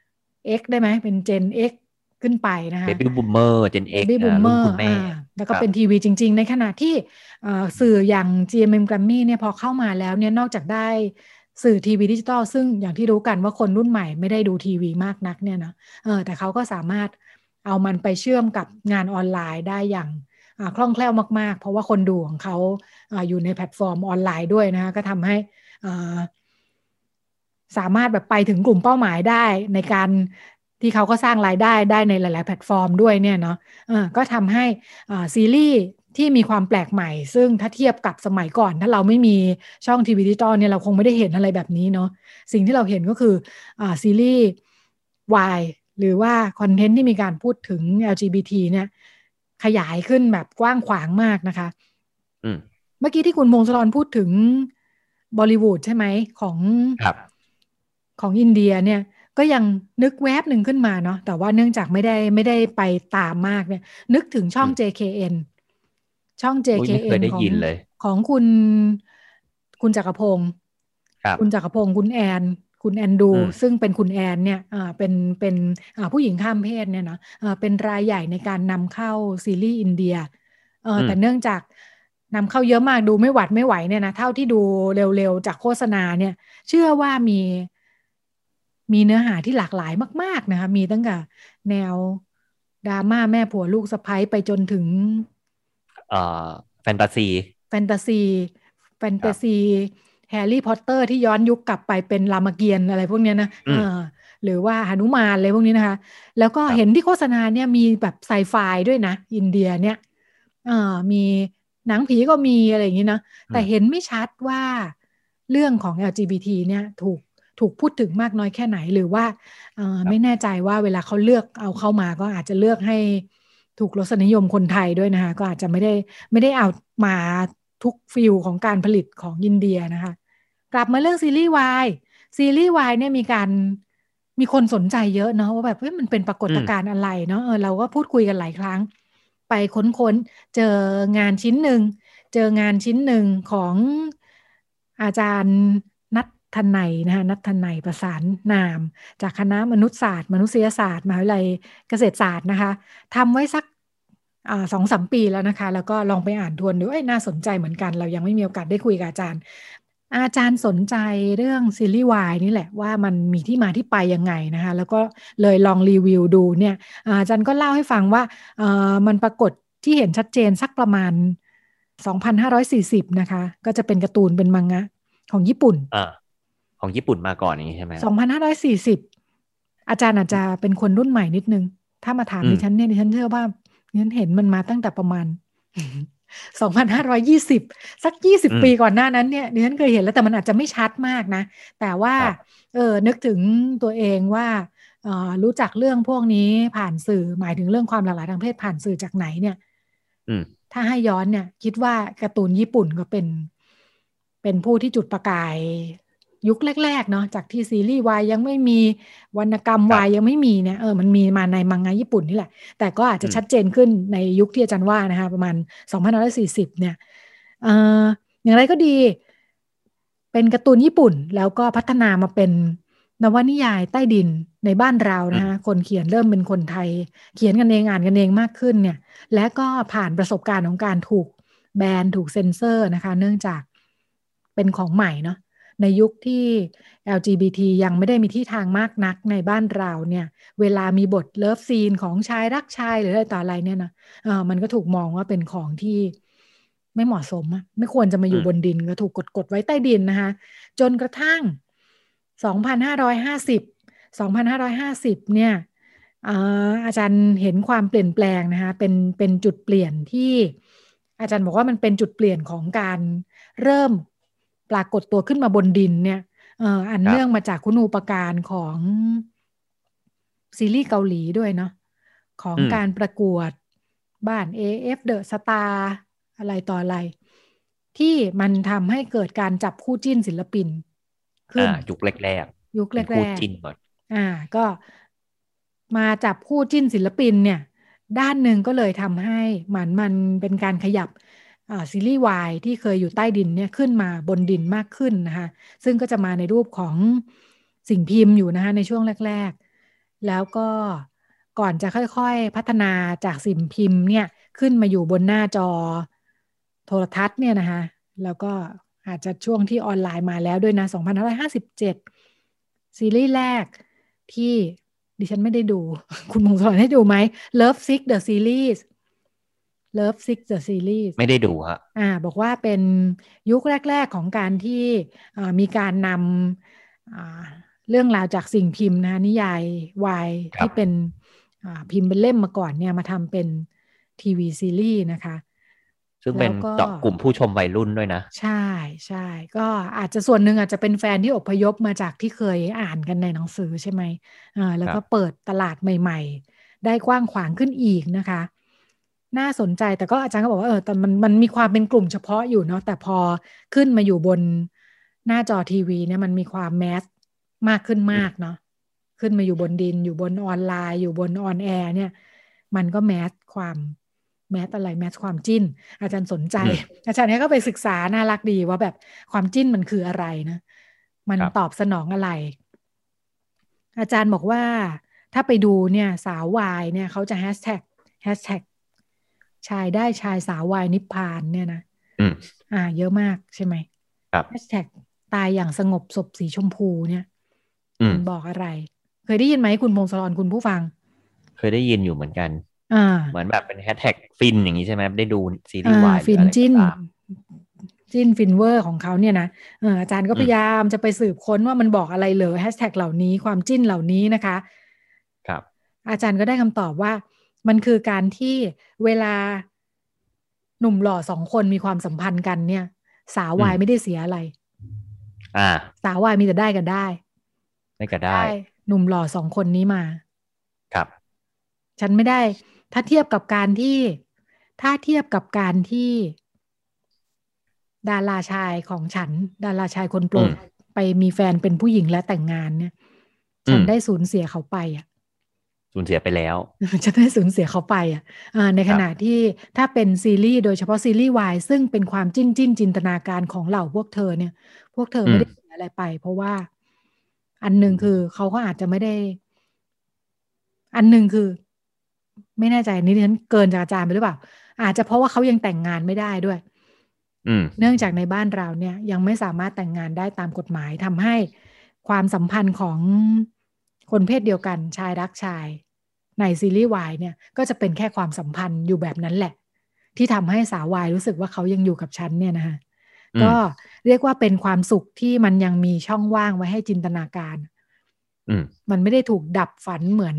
X ได้ไหมเป็น Gen X ขึ้นไปนะคะ Baby Boomer Gen X รุ่นคุณแม่แล้วก็เป็นทีวีจริงๆในขณะที่สื่ออย่าง GMM Grammy เนี่ยพอเข้ามาแล้วเนี่ยนอกจากได้สื่อทีวีดิจิตอลซึ่งอย่างที่รู้กันว่าคนรุ่นใหม่ไม่ได้ดูทีวีมากนักเนี่ยนะแต่เขาก็สามารถเอามันไปเชื่อมกับงานออนไลน์ได้อย่างคล่องแคล่วมากๆเพราะว่าคนดูของเขาอยู่ในแพลตฟอร์มออนไลน์ด้วยนะคะก็ทำให้สามารถแบบไปถึงกลุ่มเป้าหมายได้ในการที่เขาก็สร้างรายได้ได้ในหลายๆแพลตฟอร์มด้วยเนี่ยเนาะก็ทำให้ซีรีส์ที่มีความแปลกใหม่ซึ่งถ้าเทียบกับสมัยก่อนถ้าเราไม่มีช่องทีวีดิจิตอลเนี่ยเราคงไม่ได้เห็นอะไรแบบนี้เนาะสิ่งที่เราเห็นก็คือซีรีส์ Y หรือว่าคอนเทนต์ที่มีการพูดถึง LGBT เนี่ยขยายขึ้นแบบกว้างขวางมากนะคะเมื่อกี้ที่คุณพงศธรพูดถึงบอลิวูดใช่ไหมของอินเดียเนี่ยก็ยังนึกแวบหนึ่งขึ้นมาเนาะแต่ว่าเนื่องจากไม่ได้ไปตามมากเนี่ยนึกถึงช่อง JKN ช่อง JKN ของคุณจักรพงศ์คุณแอนดูซึ่งเป็นคุณแอนเนี่ยเป็นผู้หญิงข้ามเพศเนี่ยนะเป็นรายใหญ่ในการนำเข้าซีรีส์อินเดียแต่เนื่องจากนำเข้าเยอะมากดูไม่หวัดไม่ไหวเนี่ยนะเท่าที่ดูเร็วๆจากโฆษณาเนี่ยเชื่อว่ามีเนื้อหาที่หลากหลายมากๆนะคะมีตั้งแต่แนวดราม่าแม่ผัวลูกสะใภ้ไปจนถึงแฟนตาซีแฮร์รี่พอตเตอร์ที่ย้อนยุคกลับไปเป็นรามเกียรติ์อะไรพวกนี้นะหรือว่าหนุมานอะไรพวกนี้นะคะแล้วก็เห็นที่โฆษณาเนี่ยมีแบบไซไฟด้วยนะอินเดียเนี่ยมีหนังผีก็มีอะไรอย่างนี้นะแต่เห็นไม่ชัดว่าเรื่องของ LGBT เนี่ยถูกพูดถึงมากน้อยแค่ไหนหรือว่าไม่แน่ใจว่าเวลาเขาเลือกเอาเข้ามาก็อาจจะเลือกให้ถูกรสนิยมคนไทยด้วยนะคะก็อาจจะไม่ได้เอามาทุกฟิลของการผลิตของอินเดียนะคะกลับมาเรื่องซีรีส์ Y เนี่ยมีคนสนใจเยอะเนาะว่าแบบมันเป็นปรากฏการณ์อะไรเนาะเราก็พูดคุยกันหลายครั้งไปค้นเจองานชิ้นหนึ่งของอาจารย์นัทนัยนะคะนัทนัยประสานนามจากคณะมนุษยศาสตร์มหาวิทยาลัยเกษตรศาสตร์นะคะทำไว้สัก2-3 ปีแล้วนะคะแล้วก็ลองไปอ่านทวนดูน่าสนใจเหมือนกันเรายังไม่มีโอกาสได้คุยกับอาจารย์สนใจเรื่องซีรีส์ Y นี่แหละว่ามันมีที่มาที่ไปยังไงนะคะแล้วก็เลยลองรีวิวดูเนี่ยอาจารย์ก็เล่าให้ฟังว่ามันปรากฏที่เห็นชัดเจนสักประมาณ2540นะคะก็จะเป็นการ์ตูนเป็นมังงะของญี่ปุ่นของญี่ปุ่นมาก่อนอย่างนี้ใช่ไหม 2540อาจารย์อาจจะเป็นคนรุ่นใหม่นิดนึงถ้ามาถามดิฉันเนี่ยดิฉันเชื่อว่าดิฉันเห็นมันมาตั้งแต่ประมาณ2520สัก20 ปีก่อนหน้านั้นเนี่ยดิฉันเคยเห็นแล้วแต่มันอาจจะไม่ชัดมากนะแต่ว่านึกถึงตัวเองว่ารู้จักเรื่องพวกนี้ผ่านสื่อหมายถึงเรื่องความหลากหลายทางเพศผ่านสื่อจากไหนเนี่ยถ้าให้ย้อนเนี่ยคิดว่าการ์ตูนญี่ปุ่นก็เป็นผู้ที่จุดประกายยุคแรกๆเนาะจากที่ซีรีส์ Y ยังไม่มีวรรณกรรม Y ยังไม่มีเนี่ยมันมีมาในมังงะญี่ปุ่นนี่แหละแต่ก็อาจจะชัดเจนขึ้นในยุคที่อาจารย์ว่านะคะประมาณ2540เนี่ยอย่างไรก็ดีเป็นการ์ตูนญี่ปุ่นแล้วก็พัฒนามาเป็นนวนิยายใต้ดินในบ้านเรานะคะคนเขียนเริ่มเป็นคนไทยเขียนกันเองอ่านกันเองมากขึ้นเนี่ยและก็ผ่านประสบการณ์ของการถูกแบนถูกเซ็นเซอร์นะคะเนื่องจากเป็นของใหม่เนาะในยุคที่ LGBT ยังไม่ได้มีที่ทางมากนักในบ้านเราเนี่ยเวลามีบทเลิฟซีนของชายรักชายหรืออะไรต่ออะไรเนี่ยนะมันก็ถูกมองว่าเป็นของที่ไม่เหมาะสมไม่ควรจะมาอยู่บนดินก็ถูกกดไว้ใต้ดินนะคะจนกระทั่ง2550เนี่ยอาจารย์เห็นความเปลี่ยนแปลงนะคะเป็นจุดเปลี่ยนที่อาจารย์บอกว่ามันเป็นจุดเปลี่ยนของการเริ่มปรากฏตัวขึ้นมาบนดินเนี่ยอันเนื่องมาจากคุณูปการของซีรีส์เกาหลีด้วยเนาะของการประกวดบ้าน AF The Star อะไรต่ออะไรที่มันทำให้เกิดการจับคู่จิ้นศิลปินขึ้นยุคแรกคู่จิ้นก่อนก็มาจับคู่จิ้นศิลปินเนี่ยด้านหนึ่งก็เลยทำให้มันเป็นการขยับซีรีส์ Y ที่เคยอยู่ใต้ดินเนี่ยขึ้นมาบนดินมากขึ้นนะคะซึ่งก็จะมาในรูปของสิ่งพิมพ์อยู่นะคะในช่วงแรกๆแล้วก็ก่อนจะค่อยๆพัฒนาจากสิ่งพิมพ์เนี่ยขึ้นมาอยู่บนหน้าจอโทรทัศน์เนี่ยนะคะแล้วก็อาจจะช่วงที่ออนไลน์มาแล้วด้วยนะ2557ซีรีส์แรกที่ดิฉันไม่ได้ดูคุณมงคลให้ดูไหม Love Sick the Series ไม่ได้ดูฮะบอกว่าเป็นยุคแรกๆของการที่มีการนเรื่องราวจากสิ่งพิมพ์นะนิยายวายที่เป็นพิมพ์เป็นเล่มมาก่อนเนี่ยมาทำเป็นทีวีซีรีส์นะคะซึ่งเป็นเจาะกลุ่มผู้ชมวัยรุ่นด้วยนะใช่ใช่ก็อาจจะส่วนหนึ่งอาจจะเป็นแฟนที่อพยพมาจากที่เคยอ่านกันในหนังสือใช่ไหมแล้วก็เปิดตลาดใหม่ๆได้กว้างขวางขึ้นอีกนะคะน่าสนใจแต่ก็อาจารย์ก็บอกว่าแต่มันมีความเป็นกลุ่มเฉพาะอยู่เนาะแต่พอขึ้นมาอยู่บนหน้าจอทีวีเนี่ยมันมีความแมสมากขึ้นมากเนาะขึ้นมาอยู่บนดินอยู่บนออนไลน์อยู่บนออนแอร์เนี่ยมันก็แมสความแมสอะไรแมสความจิ้นอาจารย์สนใจอาจารย์เนี่ยก็ไปศึกษาน่ารักดีว่าแบบความจิ้นมันคืออะไรนะมันตอบสนองอะไรอาจารย์บอกว่าถ้าไปดูเนี่ยสาววายเนี่ยเขาจะแฮชแท็กชายได้ชายสาววายนิพพานเนี่ยนะเยอะมากใช่ไหมครับแฮชแท็กตายอย่างสงบศพสีชมพูเนี่ยมันบอกอะไรเคยได้ยินไหมคุณพงศธรคุณผู้ฟังเคยได้ยินอยู่เหมือนกันเหมือนแบบเป็นแฮชแท็กฟินอย่างนี้ใช่ไหมได้ดูซีรีส์วายฟินจิ้นฟินเวอร์ของเขาเนี่ยนะอาจารย์ก็พยายามจะไปสืบค้นว่ามันบอกอะไรเหรอแฮชแท็กเหล่านี้ความจิ้นเหล่านี้นะคะครับอาจารย์ก็ได้คำตอบว่ามันคือการที่เวลาหนุ่มหล่อสองคนมีความสัมพันธ์กันเนี่ยสาววายไม่ได้เสียอะไรสาววายมีแต่ได้กันได้หนุ่มหล่อสองคนนี้มาครับฉันไม่ได้ถ้าเทียบกับการที่ดาราชายของฉันดาราชายคนโปรดไปมีแฟนเป็นผู้หญิงและแต่งงานเนี่ยฉันได้สูญเสียเขาไปสูญเสียไปแล้วฉันได้สูญเสียเขาไปในขณะที่ถ้าเป็นซีรีส์โดยเฉพาะซีรีส์วายซึ่งเป็นความจิ้นจินตนาการของเหล่าพวกเธอเนี่ยพวกเธอไม่ได้เสียอะไรไปเพราะว่าอันหนึ่งคือเขาก็อาจจะไม่ได้อันหนึ่งคือไม่แน่ใจนี่ฉันเกินจากอาจารย์ไปหรือเปล่าอาจจะเพราะว่าเขายังแต่งงานไม่ได้ด้วยเนื่องจากในบ้านเราเนี่ยยังไม่สามารถแต่งงานได้ตามกฎหมายทำให้ความสัมพันธ์ของคนเพศเดียวกันชายรักชายในซีรีส์วายเนี่ยก็จะเป็นแค่ความสัมพันธ์อยู่แบบนั้นแหละที่ทำให้สาววายรู้สึกว่าเขายังอยู่กับฉันเนี่ยนะคะก็เรียกว่าเป็นความสุขที่มันยังมีช่องว่างไว้ให้จินตนาการมันไม่ได้ถูกดับฝันเหมือน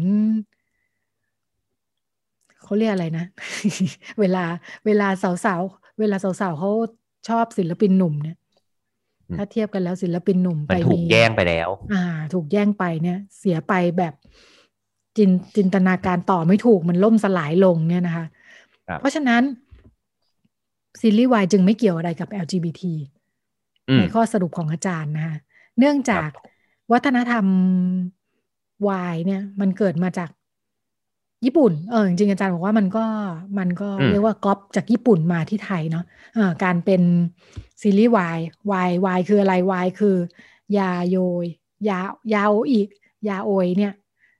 เขาเรียกอะไรนะ เวลาสาวเขาชอบศิลปินหนุ่มเนี่ยถ้าเทียบกันแล้วศิลปินหนุ่มไปถูกแย่งไปแล้วถูกแย่งไปเนี่ยเสียไปแบบจินตนาการต่อไม่ถูกมันล่มสลายลงเนี่ยนะคะเพราะฉะนั้นซีรีส์วายจึงไม่เกี่ยวอะไรกับ LGBT ในข้อสรุปของอาจารย์นะคะเนื่องจากวัฒนธรรมวายเนี่ยมันเกิดมาจากญี่ปุ่นจริงๆอาจารย์บอกว่ามันก็เรียกว่าก๊อปจากญี่ปุ่นมาที่ไทยเนาะการเป็นซีรีส์วายคืออะไรวายคือยาโยยยาโออิยาโอยเนี่ย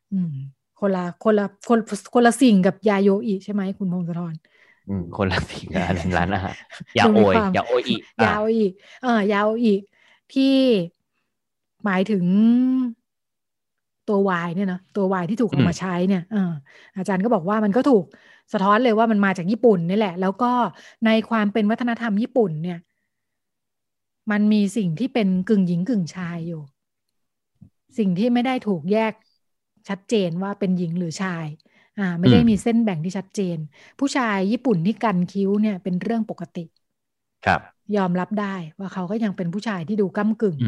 คนละสิ่งกับยาโยอิใช่ไหมคุณพงศธรคนละสิ่งกันร้านอาหารยาโอยยาโออิยาโออิยาโออิที่หมายถึงตัววายเนี่ยนะตัววายที่ถูกเอามาใช้เนี่ยอาจารย์ก็บอกว่ามันก็ถูกสะท้อนเลยว่ามันมาจากญี่ปุ่นนี่แหละแล้วก็ในความเป็นวัฒนธรรมญี่ปุ่นเนี่ยมันมีสิ่งที่เป็นกึ่งหญิงกึ่งชายอยู่สิ่งที่ไม่ได้ถูกแยกชัดเจนว่าเป็นหญิงหรือชายไม่ได้มีเส้นแบ่งที่ชัดเจนผู้ชายญี่ปุ่นที่กันคิ้วเนี่ยเป็นเรื่องปกติครับยอมรับได้ว่าเขาก็ยังเป็นผู้ชายที่ดูก้ำกึ่ง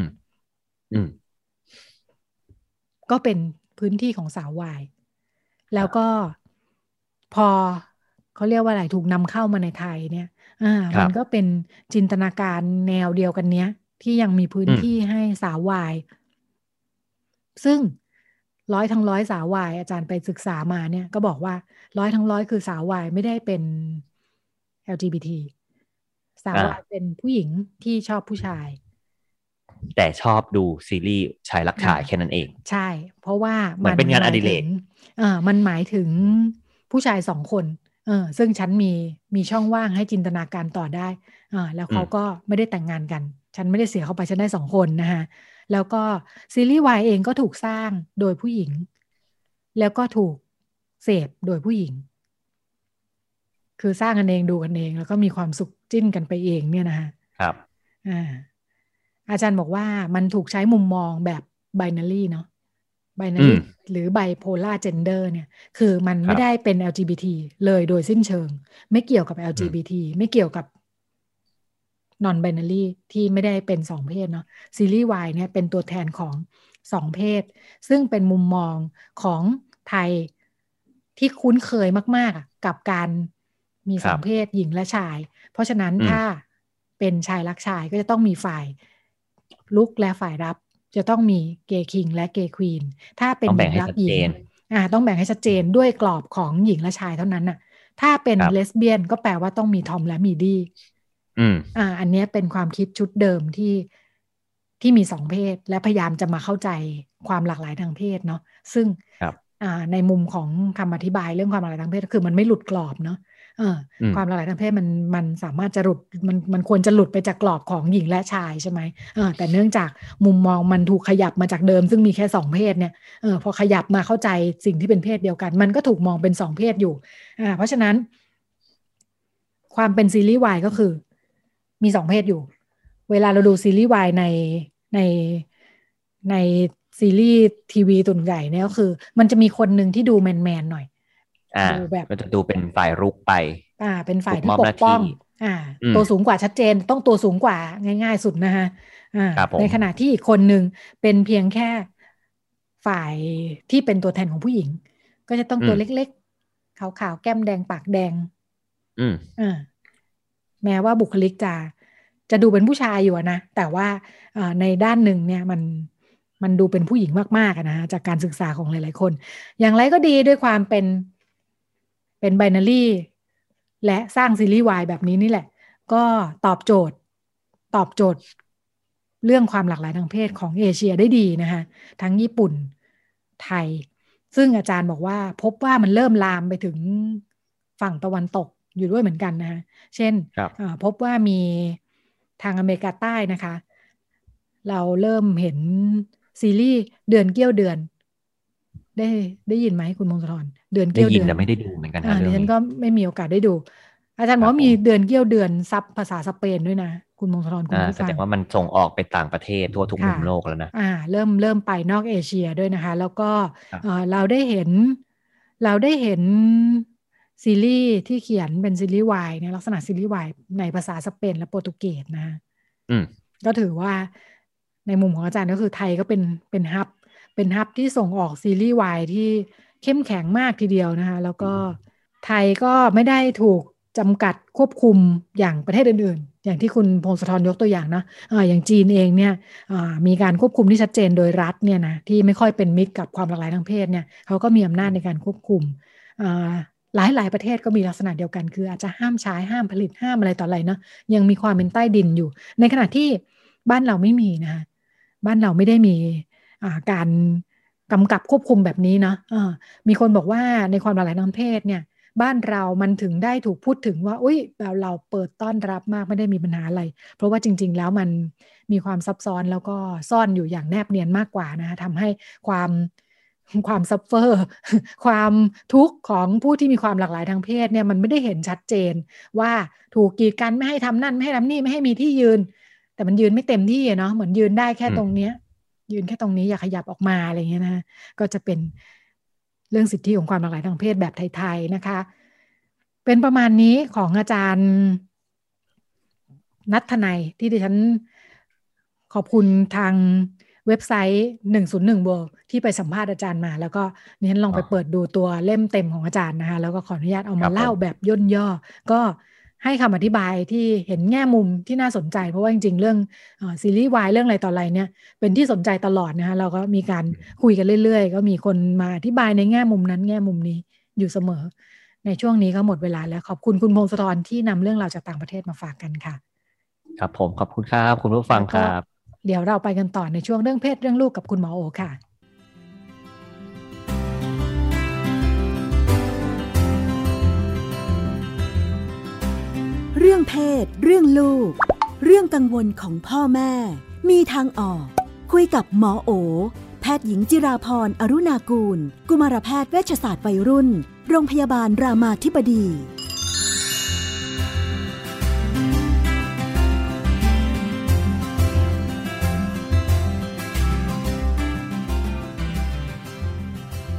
ก็เป็นพื้นที่ของสาววายแล้วก็พอเขาเรียกว่าอะไรถูกนำเข้ามาในไทยเนี่ยมันก็เป็นจินตนาการแนวเดียวกันเนี้ยที่ยังมีพื้นที่ให้สาววายซึ่ง100 ทั้ง 100สาววายอาจารย์ไปศึกษามาเนี่ยก็บอกว่า100 ทั้ง 100คือสาววายไม่ได้เป็น LGBT สาววายเป็นผู้หญิงที่ชอบผู้ชายแต่ชอบดูซีรีส์ชายรักชายแค่นั้นเองใช่เพราะว่ามันเป็นงานอดิเรกมันหมายถึงผู้ชาย2 คนซึ่งฉันมีช่องว่างให้จินตนาการต่อได้แล้วเขาก็ไม่ได้แต่งงานกันฉันไม่ได้เสียเข้าไปฉันได้2 คนนะคะแล้วก็ซีรีส์วายเองก็ถูกสร้างโดยผู้หญิงแล้วก็ถูกเสพโดยผู้หญิงคือสร้างกันเองดูกันเองแล้วก็มีความสุขจิ้นกันไปเองเนี่ยนะคะครับอาจารย์บอกว่ามันถูกใช้มุมมองแบบ binary เนาะ binary หรือ bipolar gender เนี่ยคือมันไม่ได้เป็น LGBT เลยโดยสิ้นเชิงไม่เกี่ยวกับ LGBT ไม่เกี่ยวกับ non binary ที่ไม่ได้เป็นสองเพศเนาะซีรีส์ Y เนี่ยเป็นตัวแทนของสองเพศซึ่งเป็นมุมมองของไทยที่คุ้นเคยมากๆกับการมีสองเพศหญิงและชายเพราะฉะนั้นถ้าเป็นชายรักชายก็จะต้องมีฝ่ายลุกและฝ่ายรับจะต้องมีเกย์คิงและเกย์ควีนถ้าเป็นหญิงรักหญิงต้องแบ่งให้ชัดเจนด้วยกรอบของหญิงและชายเท่านั้นน่ะถ้าเป็นเลสเบี้ยนก็แปลว่าต้องมีทอมและมีดี้อันนี้เป็นความคิดชุดเดิมที่มีสองเพศและพยายามจะมาเข้าใจความหลากหลายทางเพศเนาะซึ่งในมุมของคำอธิบายเรื่องความหลากหลายทางเพศคือมันไม่หลุดกรอบเนาะความหลากหลายทางเพศมันสามารถจะหลุดมันควรจะหลุดไปจากกรอบของหญิงและชายใช่ไหมแต่เนื่องจากมุมมองมันถูกขยับมาจากเดิมซึ่งมีแค่สองเพศเนี่ยพอขยับมาเข้าใจสิ่งที่เป็นเพศเดียวกันมันก็ถูกมองเป็นสองเพศอยู่เพราะฉะนั้นความเป็นซีรีส์ Y ก็คือมีสองเพศอยู่เวลาเราดูซีรีส์ Y ในซีรีส์ทีวีตุ่นใหญ่เนี่ยก็คือมันจะมีคนหนึ่งที่ดูแมนๆหน่อยดูแบบก็จะดูเป็นฝ่ายรุกไปเป็นฝ่ายที่ปกป้องตัวสูงกว่าชัดเจนต้องตัวสูงกว่าง่ายๆสุดนะฮะในขณะที่อีกคนหนึ่งเป็นเพียงแค่ฝ่ายที่เป็นตัวแทนของผู้หญิงก็จะต้องตัวเล็กๆขาวๆแก้มแดงปากแดงแม้ว่าบุคลิกจะดูเป็นผู้ชายอยู่นะแต่ว่าในด้านหนึ่งเนี่ยมันดูเป็นผู้หญิงมากๆนะจากการศึกษาของหลายๆคนอย่างไรก็ดีด้วยความเป็นไบนารีและสร้างซีรีส์ Y แบบนี้นี่แหละก็ตอบโจทย์เรื่องความหลากหลายทางเพศของเอเชียได้ดีนะคะทั้งญี่ปุ่นไทยซึ่งอาจารย์บอกว่าพบว่ามันเริ่มลามไปถึงฝั่งตะวันตกอยู่ด้วยเหมือนกันนะคะเช่นพบว่ามีทางอเมริกาใต้นะคะเราเริ่มเห็นซีรีส์เดือนเกี้ยวเดือนได้ยินไหมคุณมงคลธรเดือนเกี้ยวเดือนแต่ไม่ได้ดูเหมือนกันนะดิฉันก็ไม่มีโอกาสได้ดูอาจารย์บอกว่ามีเดือนเกี้ยวเดือนซับภาษาสเปนด้วยนะคุณมงคลธรคุณผู้ฟังแสดงว่ามันส่งออกไปต่างประเทศทั่วทุกมุมโลกแล้วนะเริ่มไปนอกเอเชียด้วยนะคะแล้วก็เราได้เห็นซีรีส์ที่เขียนเป็นซีรีส์ Y ในลักษณะซีรีส์ Y ในภาษาสเปนและโปรตุเกสนะก็ถือว่าในมุมของอาจารย์ก็คือไทยก็เป็นฮับที่ส่งออกซีรีส์ Y ที่เข้มแข็งมากทีเดียวนะคะแล้วก็ไทยก็ไม่ได้ถูกจำกัดควบคุมอย่างประเทศอื่นๆอย่างที่คุณพงศธรยกตัวอย่างนะอย่างจีนเองเนี่ยมีการควบคุมที่ชัดเจนโดยรัฐเนี่ยนะที่ไม่ค่อยเป็นมิตรกับความหลากหลายทางเพศเนี่ยเขาก็มีอำนาจในการควบคุมหลายประเทศก็มีลักษณะเดียวกันคืออาจจะห้ามใช้ห้ามผลิตห้ามอะไรต่ออะไรเนาะยังมีความเป็นใต้ดินอยู่ในขณะที่บ้านเราไม่มีนะคะบ้านเราไม่ได้มีการกำกับควบคุมแบบนี้เนาะมีคนบอกว่าในความหลากหลายทางเพศเนี่ยบ้านเรามันถึงได้ถูกพูดถึงว่าเราเปิดต้อนรับมากไม่ได้มีปัญหาอะไรเพราะว่าจริงๆแล้วมันมีความซับซ้อนแล้วก็ซ่อนอยู่อย่างแนบเนียนมากกว่านะทำให้ความซัฟเฟอร์ความทุกข์ของผู้ที่มีความหลากหลายทางเพศเนี่ยมันไม่ได้เห็นชัดเจนว่าถูกกีดกันไม่ให้ทำนั่นไม่ให้ทำนี่ไม่ให้มีที่ยืนแต่มันยืนไม่เต็มที่เนาะเหมือนยืนได้แค่ตรงเนี้ยยืนแค่ตรงนี้อย่าขยับออกมาอะไรเงี้ยนะก็จะเป็นเรื่องสิทธิของความหลากหลายทางเพศแบบไทยๆนะคะเป็นประมาณนี้ของอาจารย์ณัฐนัยที่ดิฉันขอบคุณทางเว็บไซต์101 World ที่ไปสัมภาษณ์อาจารย์มาแล้วก็ดิฉันลองไปเปิดดูตัวเล่มเต็มของอาจารย์นะคะแล้วก็ขออนุญาตเอามาเล่าแบบย่นย่อก็ให้คำอธิบายที่เห็นแง่มุมที่น่าสนใจเพราะว่าจริงๆเรื่องซีรีส์ Y เรื่องอะไรต่ออะไรเนี่ยเป็นที่สนใจตลอดนะคะเราก็มีการคุยกันเรื่อยๆก็มีคนมาอธิบายในแง่มุมนั้นแง่มุมนี้อยู่เสมอในช่วงนี้ก็หมดเวลาแล้วขอบคุณคุณพงศธรที่นำเรื่องราวจากต่างประเทศมาฝากกันค่ะครับผมขอบคุณครับคุณผู้ฟังครับเดี๋ยวเราไปกันต่อในช่วงเรื่องเพศเรื่องลูกกับคุณหมอโอค่ะเรื่องเพศเรื่องลูกเรื่องกังวลของพ่อแม่มีทางออกคุยกับหมอโอแพทย์หญิงจิราพรอรุณากูลกุมารแพทย์เวชศาสตร์วัยรุ่นโรงพยาบาลรามาธิบดี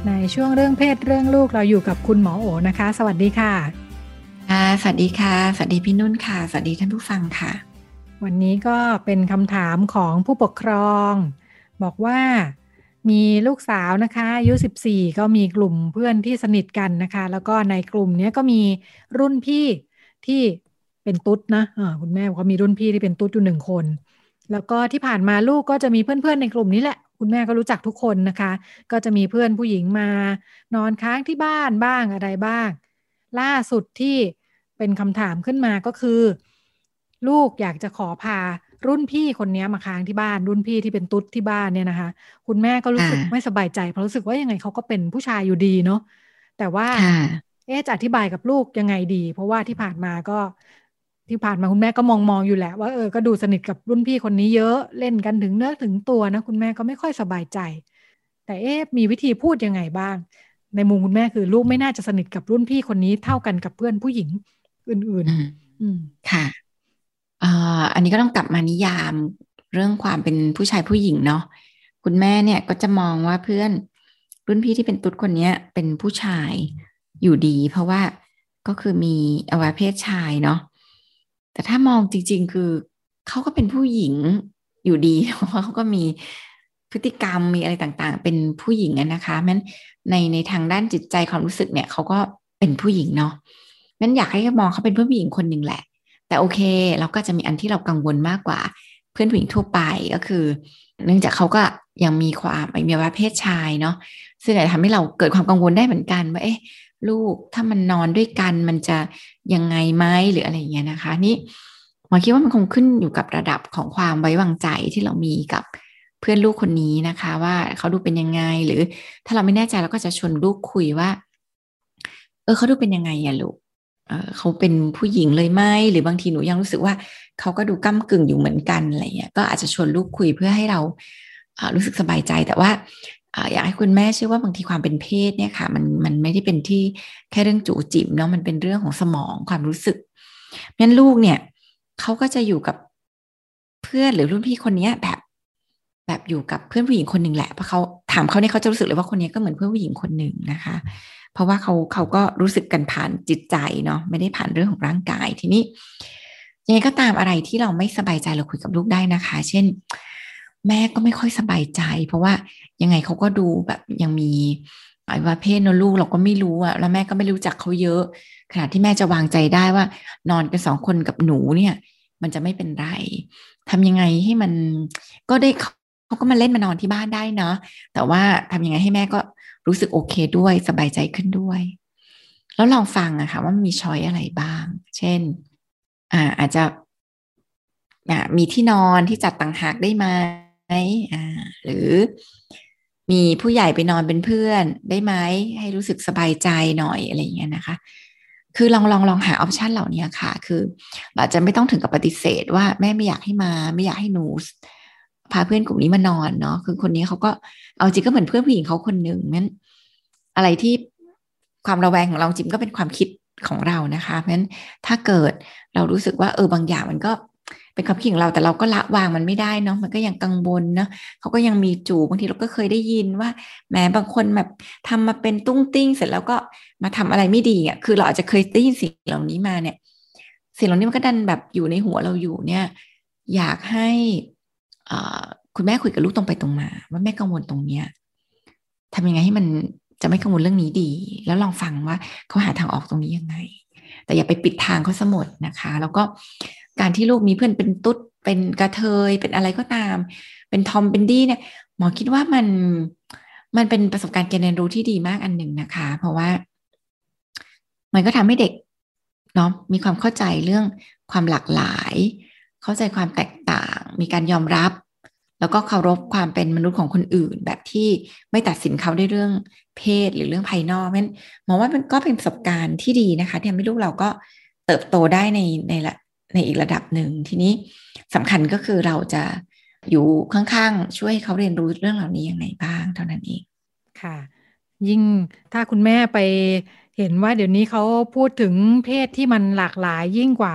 ในช่วงเรื่องเพศเรื่องลูกเราอยู่กับคุณหมอโอนะคะสวัสดีค่ะสวัสดีค่ะสวัสดีพี่นุ่นค่ะสวัสดีท่านผู้ฟังค่ะวันนี้ก็เป็นคำถามของผู้ปกครองบอกว่ามีลูกสาวนะคะอายุ14ก็มีกลุ่มเพื่อนที่สนิทกันนะคะแล้วก็ในกลุ่มนี้ก็มีรุ่นพี่ที่เป็นตุ๊ดนะคุณแม่บอกว่ามีรุ่นพี่ที่เป็นตุ๊ดอยู่1 คนแล้วก็ที่ผ่านมาลูกก็จะมีเพื่อนๆในกลุ่มนี้แหละคุณแม่ก็รู้จักทุกคนนะคะก็จะมีเพื่อนผู้หญิงมานอนค้างที่บ้านบ้างอะไรบ้างล่าสุดที่เป็นคำถามขึ้นมาก็คือลูกอยากจะขอพารุ่นพี่คนนี้มาค้างที่บ้านรุ่นพี่ที่เป็นตุ๊ดที่บ้านเนี่ยนะคะคุณแม่ก็รู้สึกไม่สบายใจเพราะรู้สึกว่ายังไงเขาก็เป็นผู้ชายอยู่ดีเนาะแต่ว่าจะอธิบายกับลูกยังไงดีเพราะว่าที่ผ่านมาคุณแม่ก็มองอยู่แหละว่าก็ดูสนิทกับรุ่นพี่คนนี้เยอะเล่นกันถึงเนื้อถึงตัวนะคุณแม่ก็ไม่ค่อยสบายใจแต่มีวิธีพูดยังไงบ้างในมุมคุณแม่คือลูกไม่น่าจะสนิทกับรุ่นพี่คนนี้เท่ากันกับเพื่อนผู้หญิงอื่นๆค่ะอันนี้ก็ต้องกลับมานิยามเรื่องความเป็นผู้ชายผู้หญิงเนาะคุณแม่เนี่ยก็จะมองว่าเพื่อนรุ่นพี่ที่เป็นตุ๊ดคนนี้เป็นผู้ชายอยู่ดีเพราะว่าก็คือมีอวัยวะเพศชายเนาะแต่ถ้ามองจริงๆคือเขาก็เป็นผู้หญิงอยู่ดีเพราะเขาก็มีพฤติกรรมมีอะไรต่างๆเป็นผู้หญิงนะคะงั้นในทางด้านจิตใจความรู้สึกเนี่ยเขาก็เป็นผู้หญิงเนาะงั้นอยากให้มองเขาเป็นเพื่อนผู้หญิงคนหนึ่งแหละแต่โอเคเราก็จะมีอันที่เรากังวลมากกว่าเพื่อนผู้หญิงทั่วไปก็คือเนื่องจากเขาก็ยังมีความมีอวัยวะเพศชายเนาะซึ่งอาจจะทำให้เราเกิดความกังวลได้เหมือนกันว่าลูกถ้ามันนอนด้วยกันมันจะยังไงไหมหรืออะไรอย่างเงี้ยนะคะนี่หมอคิดว่ามันคงขึ้นอยู่กับระดับของความไว้วางใจที่เรามีกับเพื่อนลูกคนนี้นะคะว่าเขาดูเป็นยังไงหรือถ้าเราไม่แน่ใจเราก็จะชวนลูกคุยว่าเขาดูเป็นยังไงอะลูกเขาเป็นผู้หญิงเลยไหมหรือบางทีหนูยังรู้สึกว่าเขาก็ดูก้ำกึ่งอยู่เหมือนกันอะไรเงี้ยก็อาจจะชวนลูกคุยเพื่อให้เรารู้สึกสบายใจแต่ว่าอยากให้คุณแม่เชื่อว่าบางทีความเป็นเพศเนี่ยค่ะมันไม่ได้เป็นที่แค่เรื่องจู่จิ๋มเนาะมันเป็นเรื่องของสมองความรู้สึกงั้นลูกเนี่ยเขาก็จะอยู่กับเพื่อนหรือรุ่นพี่คนนี้แบบอยู่กับเพื่อนผู้หญิงคนหนึ่งแหละเพราะเขาถามเขาเนี่ยเขาจะรู้สึกเลยว่าคนนี้ก็เหมือนเพื่อนผู้หญิงคนหนึ่งนะคะเพราะว่าเขาก็รู้สึกกันผ่านจิตใจเนาะไม่ได้ผ่านเรื่องของร่างกายทีนี้ยังไงก็ตามอะไรที่เราไม่สบายใจเราคุยกับลูกได้นะคะเช่นแม่ก็ไม่ค่อยสบายใจเพราะว่ายังไงเขาก็ดูแบบยังมีอวัยวะเพศเนอะลูกเราก็ไม่รู้อะแล้วแม่ก็ไม่รู้จักเขาเยอะขนาดที่แม่จะวางใจได้ว่านอนกัน2 คนกับหนูเนี่ยมันจะไม่เป็นไรทำยังไงให้มันก็ได้เขาก็มาเล่นมานอนที่บ้านได้เนาะแต่ว่าทำยังไงให้แม่ก็รู้สึกโอเคด้วยสบายใจขึ้นด้วยแล้วลองฟังอะค่ะว่ามีช้อยอะไรบ้างเช่นอาจจะมีที่นอนที่จัดต่างหากได้ไหมหรือมีผู้ใหญ่ไปนอนเป็นเพื่อนได้ไหมให้รู้สึกสบายใจหน่อยอะไรอย่างเงี้ยนะคะคือลองหาออปชันเหล่านี้ค่ะคืออาจจะไม่ต้องถึงกับปฏิเสธว่าแม่ไม่อยากให้มาไม่อยากให้หนูพาเพื่อนกลุ่มนี้มานอนเนาะคือคนนี้เขาก็เอาจริงก็เหมือนเพื่อนผู้หญิงเขาคนหนึ่งงั้นอะไรที่ความระแวงของเราจริงก็เป็นความคิดของเรานะคะเพราะฉะนั้นถ้าเกิดเรารู้สึกว่าบางอย่างมันก็เป็นความคิดของเราแต่เราก็ละวางมันไม่ได้เนาะมันก็ยังกังวลเนาะเขาก็ยังมีจู่บางทีเราก็เคยได้ยินว่าแม้บางคนแบบทำมาเป็นตุ้งติ้งเสร็จแล้วก็มาทำอะไรไม่ดีอ่ะคือเราอาจจะเคยได้ยินสิ่งเหล่านี้มาเนี่ยสิ่งเหล่านี้มันก็ดันแบบอยู่ในหัวเราอยู่เนี่ยอยากให้คุณแม่คุยกับลูกตรงไปตรงมาว่าแม่กังวลตรงเนี้ยทำยังไงให้มันจะไม่กังวลเรื่องนี้ดีแล้วลองฟังว่าเขาหาทางออกตรงนี้ยังไงแต่อย่าไปปิดทางเขาซะหมดนะคะแล้วก็การที่ลูกมีเพื่อนเป็นตุ๊ดเป็นกระเทยเป็นอะไรก็ตามเป็นทอมเป็นดี้เนี่ยหมอคิดว่ามันเป็นประสบการณ์การเรียนรู้ที่ดีมากอันหนึ่งนะคะเพราะว่ามันก็ทำให้เด็กเนาะมีความเข้าใจเรื่องความหลากหลายเข้าใจความแตกต่างมีการยอมรับแล้วก็เคารพความเป็นมนุษย์ของคนอื่นแบบที่ไม่ตัดสินเขาด้วยเรื่องเพศหรือเรื่องภายนอกเพราะฉะนั้นมองว่ามันก็เป็นประสบการณ์ที่ดีนะคะที่ทำให้ลูกเราก็เติบโตได้ในอีกระดับหนึ่งทีนี้สำคัญก็คือเราจะอยู่ข้างๆช่วยเขาเรียนรู้เรื่องเหล่านี้ยังไงบ้างเท่านั้นเองค่ะยิ่งถ้าคุณแม่ไปเห็นว่าเดี๋ยวนี้เขาพูดถึงเพศที่มันหลากหลายยิ่งกว่า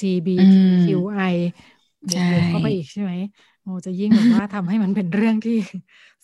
LGBTQI บวกเข้าไปอีกใช่ไหมโอ้จะยิ่งแบบว่าทำให้มันเป็นเรื่องที่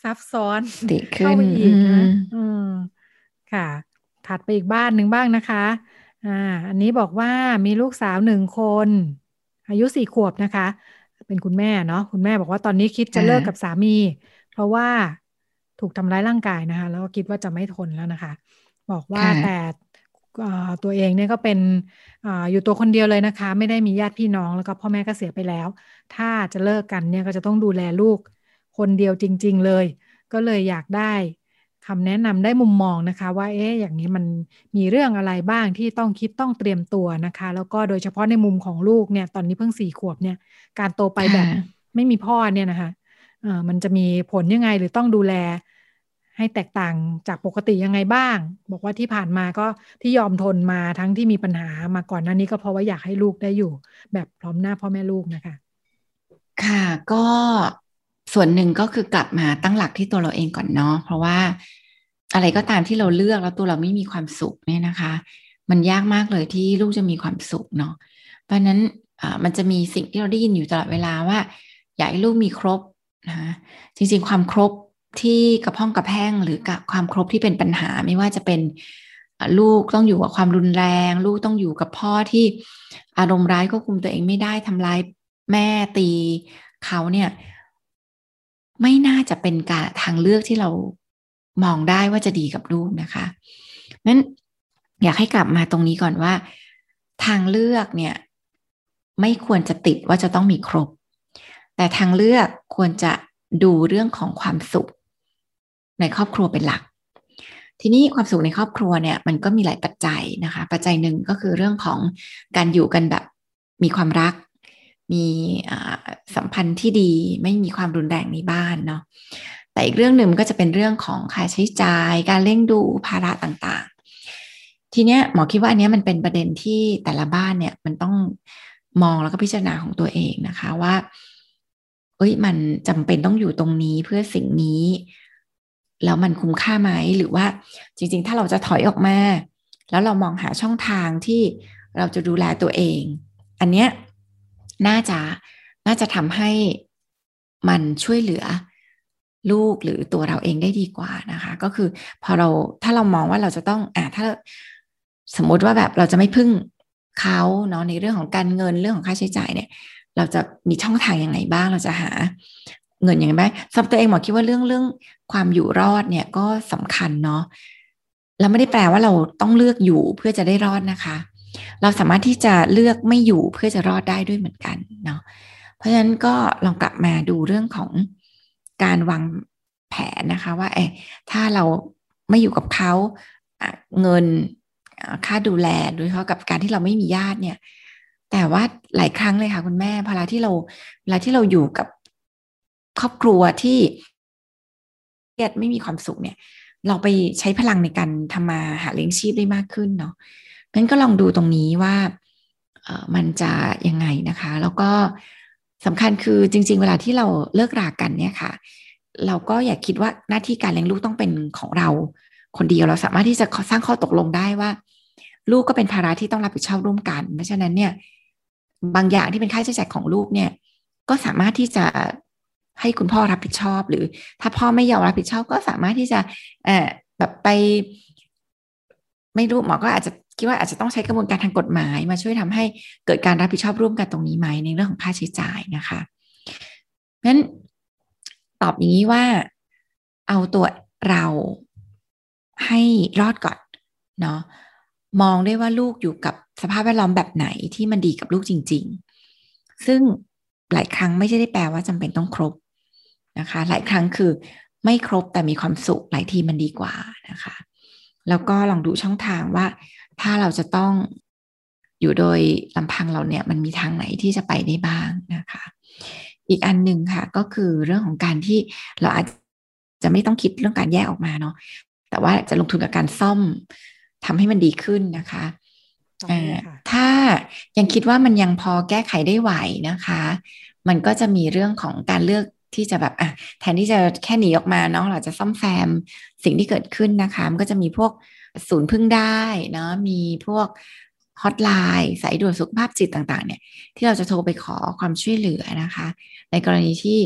ซับซ้อนเข้าไปอีกนะค่ะถัดไปอีกบ้านหนึ่งบ้างนะคะอันนี้บอกว่ามีลูกสาว1 คนอายุ4 ขวบนะคะเป็นคุณแม่เนาะคุณแม่บอกว่าตอนนี้คิดจะเลิกกับสามีเพราะว่าถูกทำร้ายร่างกายนะคะแล้วก็คิดว่าจะไม่ทนแล้วนะคะบอกว่าแต่ตัวเองเนี่ยก็เป็นอยู่ตัวคนเดียวเลยนะคะไม่ได้มีญาติพี่น้องแล้วก็พ่อแม่ก็เสียไปแล้วถ้าจะเลิกกันเนี่ยก็จะต้องดูแลลูกคนเดียวจริงๆเลยก็เลยอยากได้คำแนะนำได้มุมมองนะคะว่าอย่างนี้มันมีเรื่องอะไรบ้างที่ต้องคิดต้องเตรียมตัวนะคะแล้วก็โดยเฉพาะในมุมของลูกเนี่ยตอนนี้เพิ่ง4 ขวบเนี่ยการโตไปแบบไม่มีพ่อเนี่ยนะคะมันจะมีผลยังไงหรือต้องดูแลให้แตกต่างจากปกติยังไงบ้างบอกว่าที่ผ่านมาก็ที่ยอมทนมาทั้งที่มีปัญหามาก่อนหน้านี้ก็เพราะว่าอยากให้ลูกได้อยู่แบบพร้อมหน้าพ่อแม่ลูกนะคะค่ะก็ส่วนหนึ่งก็คือกลับมาตั้งหลักที่ตัวเราเองก่อนเนาะเพราะว่าอะไรก็ตามที่เราเลือกแล้วตัวเราไม่มีความสุขเนี่ยนะคะมันยากมากเลยที่ลูกจะมีความสุขเนาะเพราะนั้นมันจะมีสิ่งที่เราได้ยินอยู่ตลอดเวลาว่าอยากให้ลูกมีครบนะจริงๆความครบที่กระพ้องกระแพงหรือกับความครบที่เป็นปัญหาไม่ว่าจะเป็นลูกต้องอยู่กับความรุนแรงลูกต้องอยู่กับพ่อที่อารมณ์ร้ายควบคุมตัวเองไม่ได้ทำร้ายแม่ตีเขาเนี่ยไม่น่าจะเป็นการทางเลือกที่เรามองได้ว่าจะดีกับลูกนะคะนั้นอยากให้กลับมาตรงนี้ก่อนว่าทางเลือกเนี่ยไม่ควรจะติดว่าจะต้องมีครบแต่ทางเลือกควรจะดูเรื่องของความสุขในครอบครัวเป็นหลักทีนี้ความสุขในครอบครัวเนี่ยมันก็มีหลายปัจจัยนะคะปัจจัยหนึ่งก็คือเรื่องของการอยู่กันแบบมีความรักมีสัมพันธ์ที่ดีไม่มีความรุนแรงในบ้านเนาะแต่อีกเรื่องหนึ่งก็จะเป็นเรื่องของค่าใช้จ่ายการเลี้ยงดูภาระต่างๆทีเนี้ยหมอคิดว่าอันนี้มันเป็นประเด็นที่แต่ละบ้านเนี่ยมันต้องมองแล้วก็พิจารณาของตัวเองนะคะว่ามันจำเป็นต้องอยู่ตรงนี้เพื่อสิ่งนี้แล้วมันคุ้มค่าไหมหรือว่าจริงๆถ้าเราจะถอยออกมาแล้วเรามองหาช่องทางที่เราจะดูแลตัวเองอันเนี้ยน่าจะทำให้มันช่วยเหลือลูกหรือตัวเราเองได้ดีกว่านะคะก็คือถ้าเรามองว่าเราจะต้องถ้าสมมติว่าแบบเราจะไม่พึ่งเขาเนาะในเรื่องของการเงินเรื่องของค่าใช้จ่ายเนี่ยเราจะมีช่องทางยังไงบ้างเราจะหาเงินยังไงบ้างสำหรับตัวเองหมอคิดว่าเรื่องความอยู่รอดเนี่ยก็สำคัญเนาะแล้วไม่ได้แปลว่าเราต้องเลือกอยู่เพื่อจะได้รอดนะคะเราสามารถที่จะเลือกไม่อยู่เพื่อจะรอดได้ด้วยเหมือนกันเนาะเพราะฉะนั้นก็ลองกลับมาดูเรื่องของการวางแผนนะคะว่าถ้าเราไม่อยู่กับเขาเงินค่าดูแลโดยเฉพาะกับการที่เราไม่มีญาติเนี่ยแต่ว่าหลายครั้งเลยค่ะคุณแม่เวลาที่เราอยู่กับครอบครัวที่เครียดไม่มีความสุขเนี่ยเราไปใช้พลังในการทำมาหาเลี้ยงชีพได้มากขึ้นเนาะงั้นก็ลองดูตรงนี้ว่ามันจะยังไงนะคะแล้วก็สำคัญคือจริงๆเวลาที่เราเลิกรากันเนี่ยค่ะเราก็อย่าคิดว่าหน้าที่การเลี้ยงลูกต้องเป็นของเราคนเดียวเราสามารถที่จะสร้างข้อตกลงได้ว่าลูกก็เป็นภาระที่ต้องรับผิดชอบร่วมกันเพราะฉะนั้นเนี่ยบางอย่างที่เป็นค่าใช้จ่ายของลูกเนี่ยก็สามารถที่จะให้คุณพ่อรับผิดชอบหรือถ้าพ่อไม่ยอมรับผิดชอบก็สามารถที่จะแบบไปไม่รู้หมอก็อาจจะคิดว่าอาจจะต้องใช้กระบวนการทางกฎหมายมาช่วยทำให้เกิดการรับผิดชอบร่วมกันตรงนี้ไหมในเรื่องของค่าใช้จ่ายนะคะงั้นตอบอย่างนี้ว่าเอาตัวเราให้รอดก่อนเนาะมองได้ว่าลูกอยู่กับสภาพแวดล้อมแบบไหนที่มันดีกับลูกจริงๆซึ่งหลายครั้งไม่ใช่ได้แปลว่าจำเป็นต้องครบนะคะหลายครั้งคือไม่ครบแต่มีความสุขหลายทีมันดีกว่านะคะแล้วก็ลองดูช่องทางว่าถ้าเราจะต้องอยู่โดยลำพังเราเนี่ยมันมีทางไหนที่จะไปได้บ้างนะคะอีกอันหนึ่งค่ะก็คือเรื่องของการที่เราอาจจะไม่ต้องคิดเรื่องการแยกออกมาเนาะแต่ว่าจะลงทุนกับการซ่อมทำให้มันดีขึ้นนะคะถ้ายังคิดว่ามันยังพอแก้ไขได้ไหวนะคะมันก็จะมีเรื่องของการเลือกที่จะแบบแทนที่จะแค่หนีออกมาเนาะเราจะซ่อมแซมสิ่งที่เกิดขึ้นนะคะมันก็จะมีพวกศูนย์พึ่งได้เนาะมีพวกฮอตไลน์สายด่วนสุขภาพจิตต่างๆเนี่ยที่เราจะโทรไปขอความช่วยเหลือนะคะในกรณีที่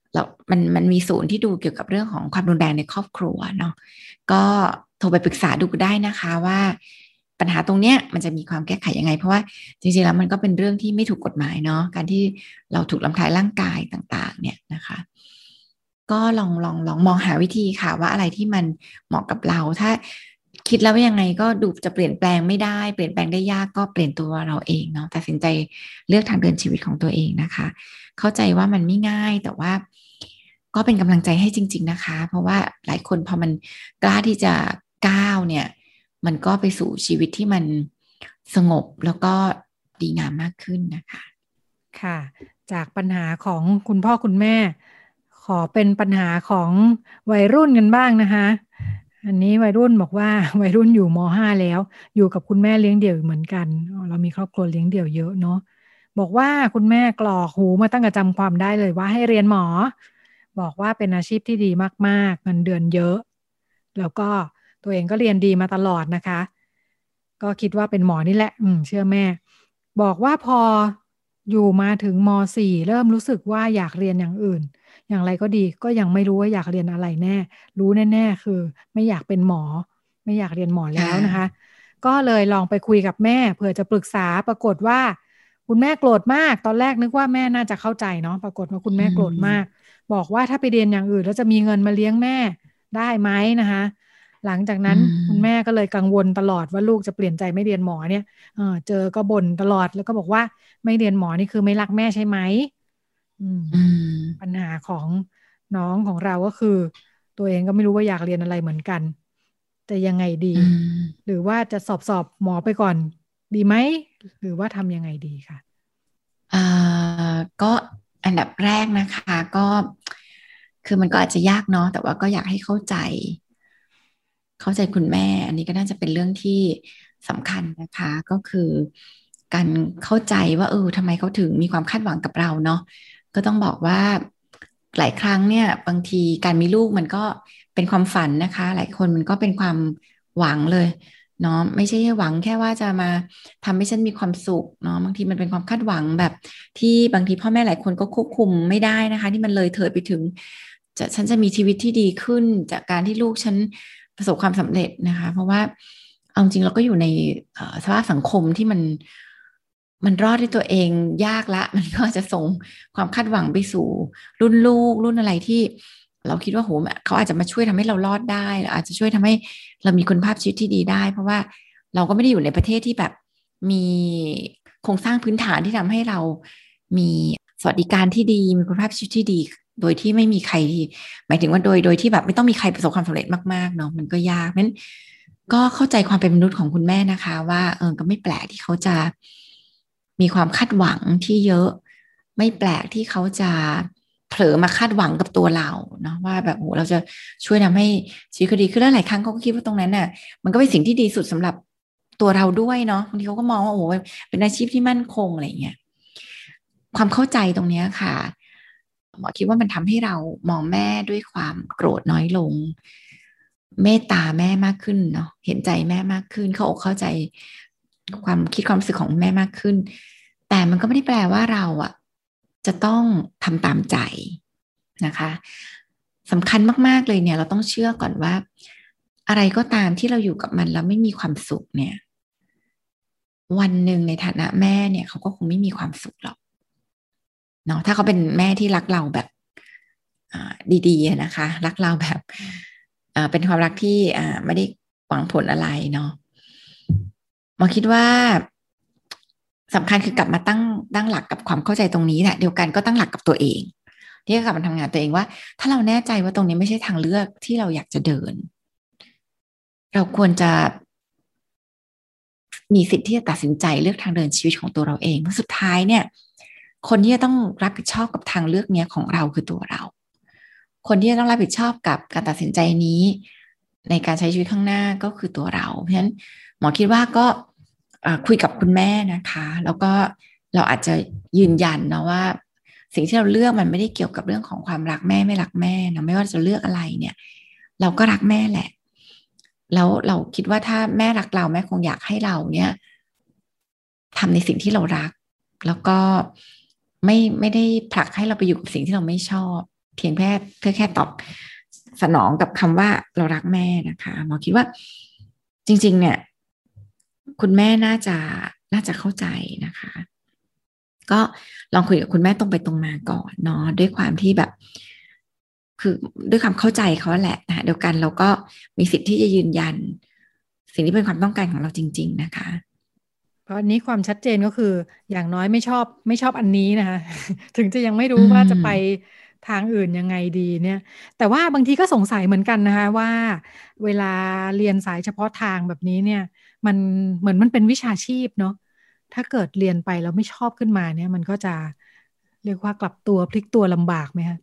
แล้วมันมีศูนย์ที่ดูเกี่ยวกับเรื่องของความรุนแรงในครอบครัวเนาะก็โทรไปปรึกษาดูได้นะคะว่าปัญหาตรงเนี้ยมันจะมีความแก้ไขยังไงเพราะว่าจริงๆแล้วมันก็เป็นเรื่องที่ไม่ถูกกฎหมายเนาะการที่เราถูกทำร้ายร่างกายต่างๆเนี่ยนะคะก็ลองมองหาวิธีค่ะว่าอะไรที่มันเหมาะกับเราถ้าคิดแล้วว่ายังไงก็ดูจะเปลี่ยนแปลงไม่ได้เปลี่ยนแปลงได้ยากก็เปลี่ยนตัวเราเองเนาะตัดสินใจเลือกทางเดินชีวิตของตัวเองนะคะเข้าใจว่ามันไม่ง่ายแต่ว่าก็เป็นกำลังใจให้จริงๆนะคะเพราะว่าหลายคนพอมันกล้าที่จะก้าวเนี่ยมันก็ไปสู่ชีวิตที่มันสงบแล้วก็ดีงามมากขึ้นนะคะค่ะจากปัญหาของคุณพ่อคุณแม่ขอเป็นปัญหาของวัยรุ่นกันบ้างนะคะอันนี้วัยรุ่นบอกว่าวัยรุ่นอยู่ม.5 แล้วอยู่กับคุณแม่เลี้ยงเดี่ยวเหมือนกันเรามีครอบครัวเลี้ยงเดี่ยวเยอะเนาะบอกว่าคุณแม่กรอกหูมาตั้งแต่จำความได้เลยว่าให้เรียนหมอบอกว่าเป็นอาชีพที่ดีมากๆเงินเดือนเยอะแล้วก็ตัวเองก็เรียนดีมาตลอดนะคะก็คิดว่าเป็นหมอนี่แหละเชื่อแม่บอกว่าพออยู่มาถึงม.4 เริ่มรู้สึกว่าอยากเรียนอย่างอื่นอย่างไรก็ดีก็ยังไม่รู้ว่าอยากเรียนอะไรแน่รู้แน่ๆคือไม่อยากเป็นหมอไม่อยากเรียนหมอแล้วนะคะก็เลยลองไปคุยกับแม่เผื่อจะปรึกษาปรากฏว่าคุณแม่โกรธมากตอนแรกนึกว่าแม่น่าจะเข้าใจเนาะปรากฏว่าคุณแม่โกรธมากบอกว่าถ้าไปเรียนอย่างอื่นแล้วจะมีเงินมาเลี้ยงแม่ได้ไหมนะคะหลังจากนั้นคุณแม่ก็เลยกังวลตลอดว่าลูกจะเปลี่ยนใจไม่เรียนหมอเนี่ยเจอก็บ่นตลอดแล้วก็บอกว่าไม่เรียนหมอนี่คือไม่รักแม่ใช่ไหมปัญหาของน้องของเราก็คือตัวเองก็ไม่รู้ว่าอยากเรียนอะไรเหมือนกันแต่ยังไงดีหรือว่าจะสอบหมอไปก่อนดีไหมหรือว่าทำยังไงดีคะก็อันดับแรกนะคะก็คือมันก็อาจจะยากเนาะแต่ว่าก็อยากให้เข้าใจคุณแม่อันนี้ก็น่าจะเป็นเรื่องที่สำคัญนะคะก็คือการเข้าใจว่าทำไมเขาถึงมีความคาดหวังกับเราเนาะก็ต้องบอกว่าหลายครั้งเนี่ยบางทีการมีลูกมันก็เป็นความฝันนะคะหลายคนมันก็เป็นความหวังเลยเนาะไม่ใช่หวังแค่ว่าจะมาทำให้ฉันมีความสุขเนาะบางทีมันเป็นความคาดหวังแบบที่บางทีพ่อแม่หลายคนก็ควบคุมไม่ได้นะคะที่มันเลยเถิดไปถึงฉันจะมีชีวิตที่ดีขึ้นจากการที่ลูกฉันประสบความสำเร็จนะคะเพราะว่าเอาจริงเราก็อยู่ในสภาพสังคมที่มันรอดด้วยตัวเองยากละมันก็จะส่งความคาดหวังไปสู่รุ่นลูกรุ่นอะไรที่เราคิดว่าโหเขาอาจจะมาช่วยทำให้เรารอดได้อาจจะช่วยทำให้เรามีคุณภาพชีวิตที่ดีได้เพราะว่าเราก็ไม่ได้อยู่ในประเทศที่แบบมีโครงสร้างพื้นฐานที่ทำให้เรามีสวัสดิการที่ดีมีคุณภาพชีวิตที่ดีโดยที่ไม่มีใครหมายถึงว่าโดยที่แบบไม่ต้องมีใครประสบความสำเร็จมากๆเนาะมันก็ยากนั้นก็เข้าใจความเป็นมนุษย์ของคุณแม่นะคะว่าก็ไม่แปลกที่เขาจะมีความคาดหวังที่เยอะไม่แปลกที่เขาจะเผลอมาคาดหวังกับตัวเราเนาะว่าแบบโหเราจะช่วยทำให้ชีวิตเขาดีขึ้นแล้วหลายครั้งเขาก็คิดว่าตรงนั้นน่ะมันก็เป็นสิ่งที่ดีสุดสำหรับตัวเราด้วยเนาะบางทีเขาก็มองว่าโอ้เป็นอาชีพที่มั่นคงอะไรอย่างเงี้ยความเข้าใจตรงนี้ค่ะหมอคิดว่ามันทำให้เรามองแม่ด้วยความโกรธน้อยลงเมตตาแม่มากขึ้นเนาะเห็นใจแม่มากขึ้นเข้าใจความคิดความรู้สึกของแม่มากขึ้นแต่มันก็ไม่ได้แปลว่าเราอะจะต้องทำตามใจนะคะสำคัญมากๆเลยเนี่ยเราต้องเชื่อก่อนว่าอะไรก็ตามที่เราอยู่กับมันแล้วไม่มีความสุขเนี่ยวันหนึ่งในฐานะแม่เนี่ยเขาก็คงไม่มีความสุขหรอกเนาะถ้าเขาเป็นแม่ที่รักเราแบบดีๆนะคะรักเราแบบเป็นความรักที่ไม่ได้หวังผลอะไรเนาะหมอคิดว่าสำคัญคือกลับมาตั้งหลักกับความเข้าใจตรงนี้แหละเดียวกันก็ตั้งหลักกับตัวเองที่จะกลับมาทำงานตัวเองว่าถ้าเราแน่ใจว่าตรงนี้ไม่ใช่ทางเลือกที่เราอยากจะเดินเราควรจะมีสิทธิ์ที่จะตัดสินใจเลือกทางเดินชีวิตของตัวเราเองเพราะสุดท้ายเนี่ยคนที่จะต้องรับผิดชอบกับทางเลือกนี้ของเราคือตัวเราคนที่จะต้องรับผิดชอบกับการตัดสินใจนี้ในการใช้ชีวิตข้างหน้าก็คือตัวเราเพราะฉะนั้นหมอคิดว่าก็คุยกับคุณแม่นะคะแล้วก็เราอาจจะยืนยันนะว่าสิ่งที่เราเลือกมันไม่ได้เกี่ยวกับเรื่องของความรักแม่ไม่รักแม่นะไม่ว่าจะเลือกอะไรเนี่ยเราก็รักแม่แหละแล้วเราคิดว่าถ้าแม่รักเราแม่คงอยากให้เราเนี่ยทำในสิ่งที่เรารักแล้วก็ไม่ได้ผลักให้เราไปอยู่กับสิ่งที่เราไม่ชอบเพียงแค่ตอบสนองกับคำว่าเรารักแม่นะคะหมอคิดว่าจริงๆเนี่ยคุณแม่น่าจะเข้าใจนะคะก็ลองคุยกับคุณแม่ตรงไปตรงมาก่อนเนาะด้วยความที่แบบคือด้วยความเข้าใจเขาแหละนะเดียวกันเราก็มีสิทธิ์ที่จะยืนยันสิ่งที่เป็นความต้องการของเราจริงๆนะคะเพราะนี้ความชัดเจนก็คืออย่างน้อยไม่ชอบอันนี้นะคะ ถึงจะยังไม่รู้ว่าจะไปทางอื่นยังไงดีเนี่ยแต่ว่าบางทีก็สงสัยเหมือนกันนะคะว่าเวลาเรียนสายเฉพาะทางแบบนี้เนี่ยมันเหมือนมันเป็นวิชาชีพเนาะถ้าเกิดเรียนไปแล้วไม่ชอบขึ้นมาเนี่ยมันก็จะเรียกว่ากลับตัวพลิกตัวลำบากไหมคะ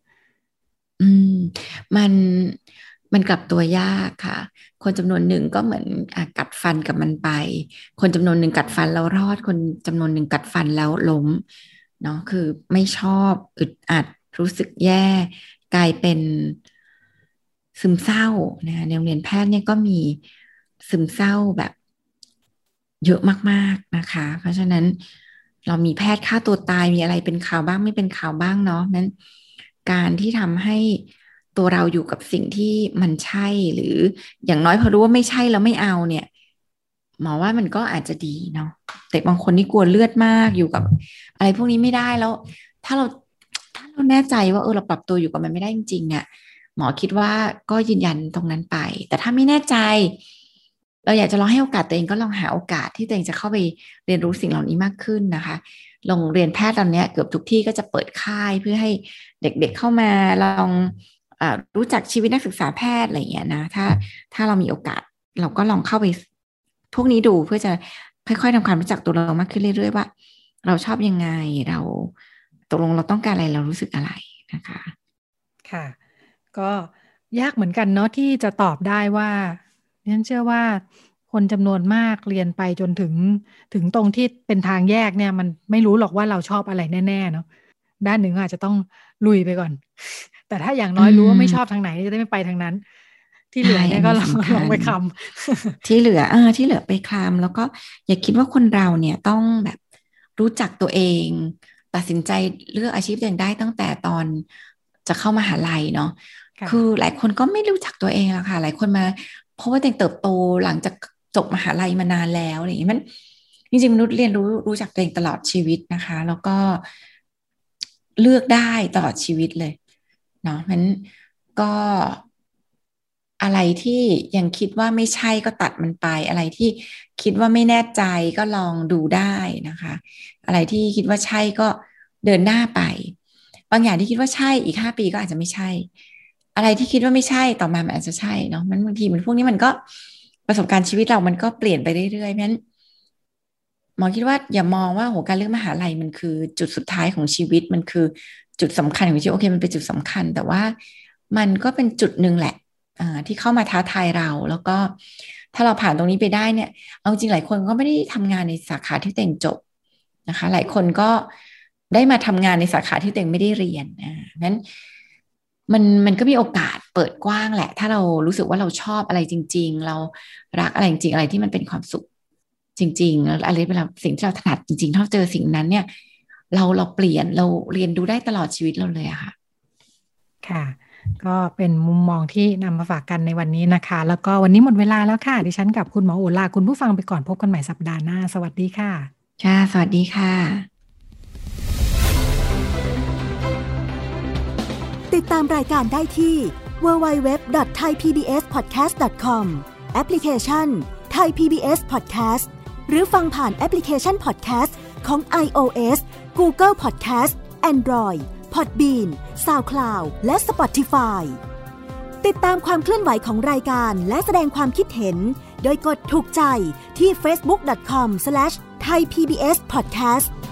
มันกลับตัวยากค่ะคนจำนวนหนึ่งก็เหมือนกัดฟันกับมันไปคนจำนวนหนึ่งกัดฟันแล้วรอดคนจำนวนหนึ่งกัดฟันแล้วล้มเนาะคือไม่ชอบอึดอัดรู้สึกแย่กลายเป็นซึมเศร้านะในโรงเรียนแพทย์เนี่ยก็มีซึมเศร้าแบบเยอะมากๆนะคะเพราะฉะนั้นเรามีแพทย์ฆ่าตัวตายมีอะไรเป็นข่าวบ้างไม่เป็นข่าวบ้างเนาะนั้นการที่ทำให้ตัวเราอยู่กับสิ่งที่มันใช่หรืออย่างน้อยพอรู้ว่าไม่ใช่แล้วไม่เอาเนี่ยหมอว่ามันก็อาจจะดีเนาะแต่บางคนนี่กลัวเลือดมากอยู่กับอะไรพวกนี้ไม่ได้แล้วถ้าเราแน่ใจว่าเราปรับตัวอยู่กับมันไม่ได้จริงๆเนี่ยหมอคิดว่าก็ยืนยันตรงนั้นไปแต่ถ้าไม่แน่ใจเราอยากจะลองให้โอกาสตัวเองก็ลองหาโอกาสที่ตัวเองจะเข้าไปเรียนรู้สิ่งเหล่านี้มากขึ้นนะคะโรงเรียนแพทย์ตอนนี้เกือบทุกที่ก็จะเปิดค่ายเพื่อให้เด็กๆเข้ามาลองรู้จักชีวิตนักศึกษาแพทย์อะไรอย่างเงี้ยนะถ้าเรามีโอกาสเราก็ลองเข้าไปพวกนี้ดูเพื่อจะค่อยๆทำความรู้จักตัวเรามากขึ้นเรื่อยๆว่าเราชอบยังไงเราตกลงเราต้องการอะไรเรารู้สึกอะไรนะคะค่ะก็ยากเหมือนกันเนาะที่จะตอบได้ว่าฉันเชื่อว่าคนจำนวนมากเรียนไปจนถึงตรงที่เป็นทางแยกเนี่ยมันไม่รู้หรอกว่าเราชอบอะไรแน่ๆเนาะด้านหนึ่งอาจจะต้องลุยไปก่อนแต่ถ้าอย่างน้อยรู้ว่าไม่ชอบทางไหนจะได้ไม่ไปทางนั้นที่เหลือเนี่ยก็ลองไปคำที่เหลือไปคลำแล้วก็อย่าคิดว่าคนเราเนี่ยต้องแบบรู้จักตัวเองตัดสินใจเลือกอาชีพตัวเองได้ตั้งแต่ตอนจะเข้ามหาลัยเนาะคือหลายคนก็ไม่รู้จักตัวเองแล้วค่ะหลายคนมาเพราะว่าตัวเองเติบโตหลังจากจบมหาลัยมานานแล้วอะไรอย่างนี้มันจริงๆมนุษย์เรียนรู้จักตัวเองตลอดชีวิตนะคะแล้วก็เลือกได้ตลอดชีวิตเลยเนาะมันก็อะไรที่ยังคิดว่าไม่ใช่ก็ตัดมันไปอะไรที่คิดว่าไม่แน่ใจก็ลองดูได้นะคะอะไรที่คิดว่าใช่ก็เดินหน้าไปบางอย่างที่คิดว่าใช่อีก5 ปีก็อาจจะไม่ใช่อะไรที่คิดว่าไม่ใช่ต่อมามันอาจจะใช่เนาะมันบางทีมันพวกนี้มันก็ประสบการณ์ชีวิตเรามันก็เปลี่ยนไปเรื่อยๆเพราะฉะนั้นหมอคิดว่าอย่ามองว่าโหการเลือกมหาลัยมันคือจุดสุดท้ายของชีวิตมันคือจุดสำคัญของชีวิตโอเคมันเป็นจุดสำคัญแต่ว่ามันก็เป็นจุดหนึ่งแหละที่เข้ามาท้าทายเราแล้วก็ถ้าเราผ่านตรงนี้ไปได้เนี่ยเอาจริงหลายคนก็ไม่ได้ทำงานในสาขาที่ตัวเองจบนะคะหลายคนก็ได้มาทำงานในสาขาที่ตัวเองไม่ได้เรียนนั้นมันก็มีโอกาสเปิดกว้างแหละถ้าเรารู้สึกว่าเราชอบอะไรจริงๆเรารักอะไรจริงๆอะไรที่มันเป็นความสุขจริงๆแล้วอะไรเวลาสิ่งที่เราถนัดจริงๆถ้าเจอสิ่งนั้นเนี่ยเราเปลี่ยนเราเรียนรู้ได้ตลอดชีวิตเราเลยอะค่ะค่ะก็เป็นมุมมองที่นำมาฝากกันในวันนี้นะคะแล้วก็วันนี้หมดเวลาแล้วค่ะดิฉันกับคุณหมอโอลาคุณผู้ฟังไปก่อนพบกันใหม่สัปดาห์หน้าสวัสดีค่ะค่ะสวัสดีค่ะติดตามรายการได้ที่ www.thaipbspodcast.com แอปพลิเคชัน Thai PBS Podcast หรือฟังผ่านแอปพลิเคชัน Podcast ของ iOS Google Podcast Android Podbean SoundCloud และ Spotify ติดตามความเคลื่อนไหวของรายการและแสดงความคิดเห็นโดยกดถูกใจที่ facebook.com/thaipbspodcast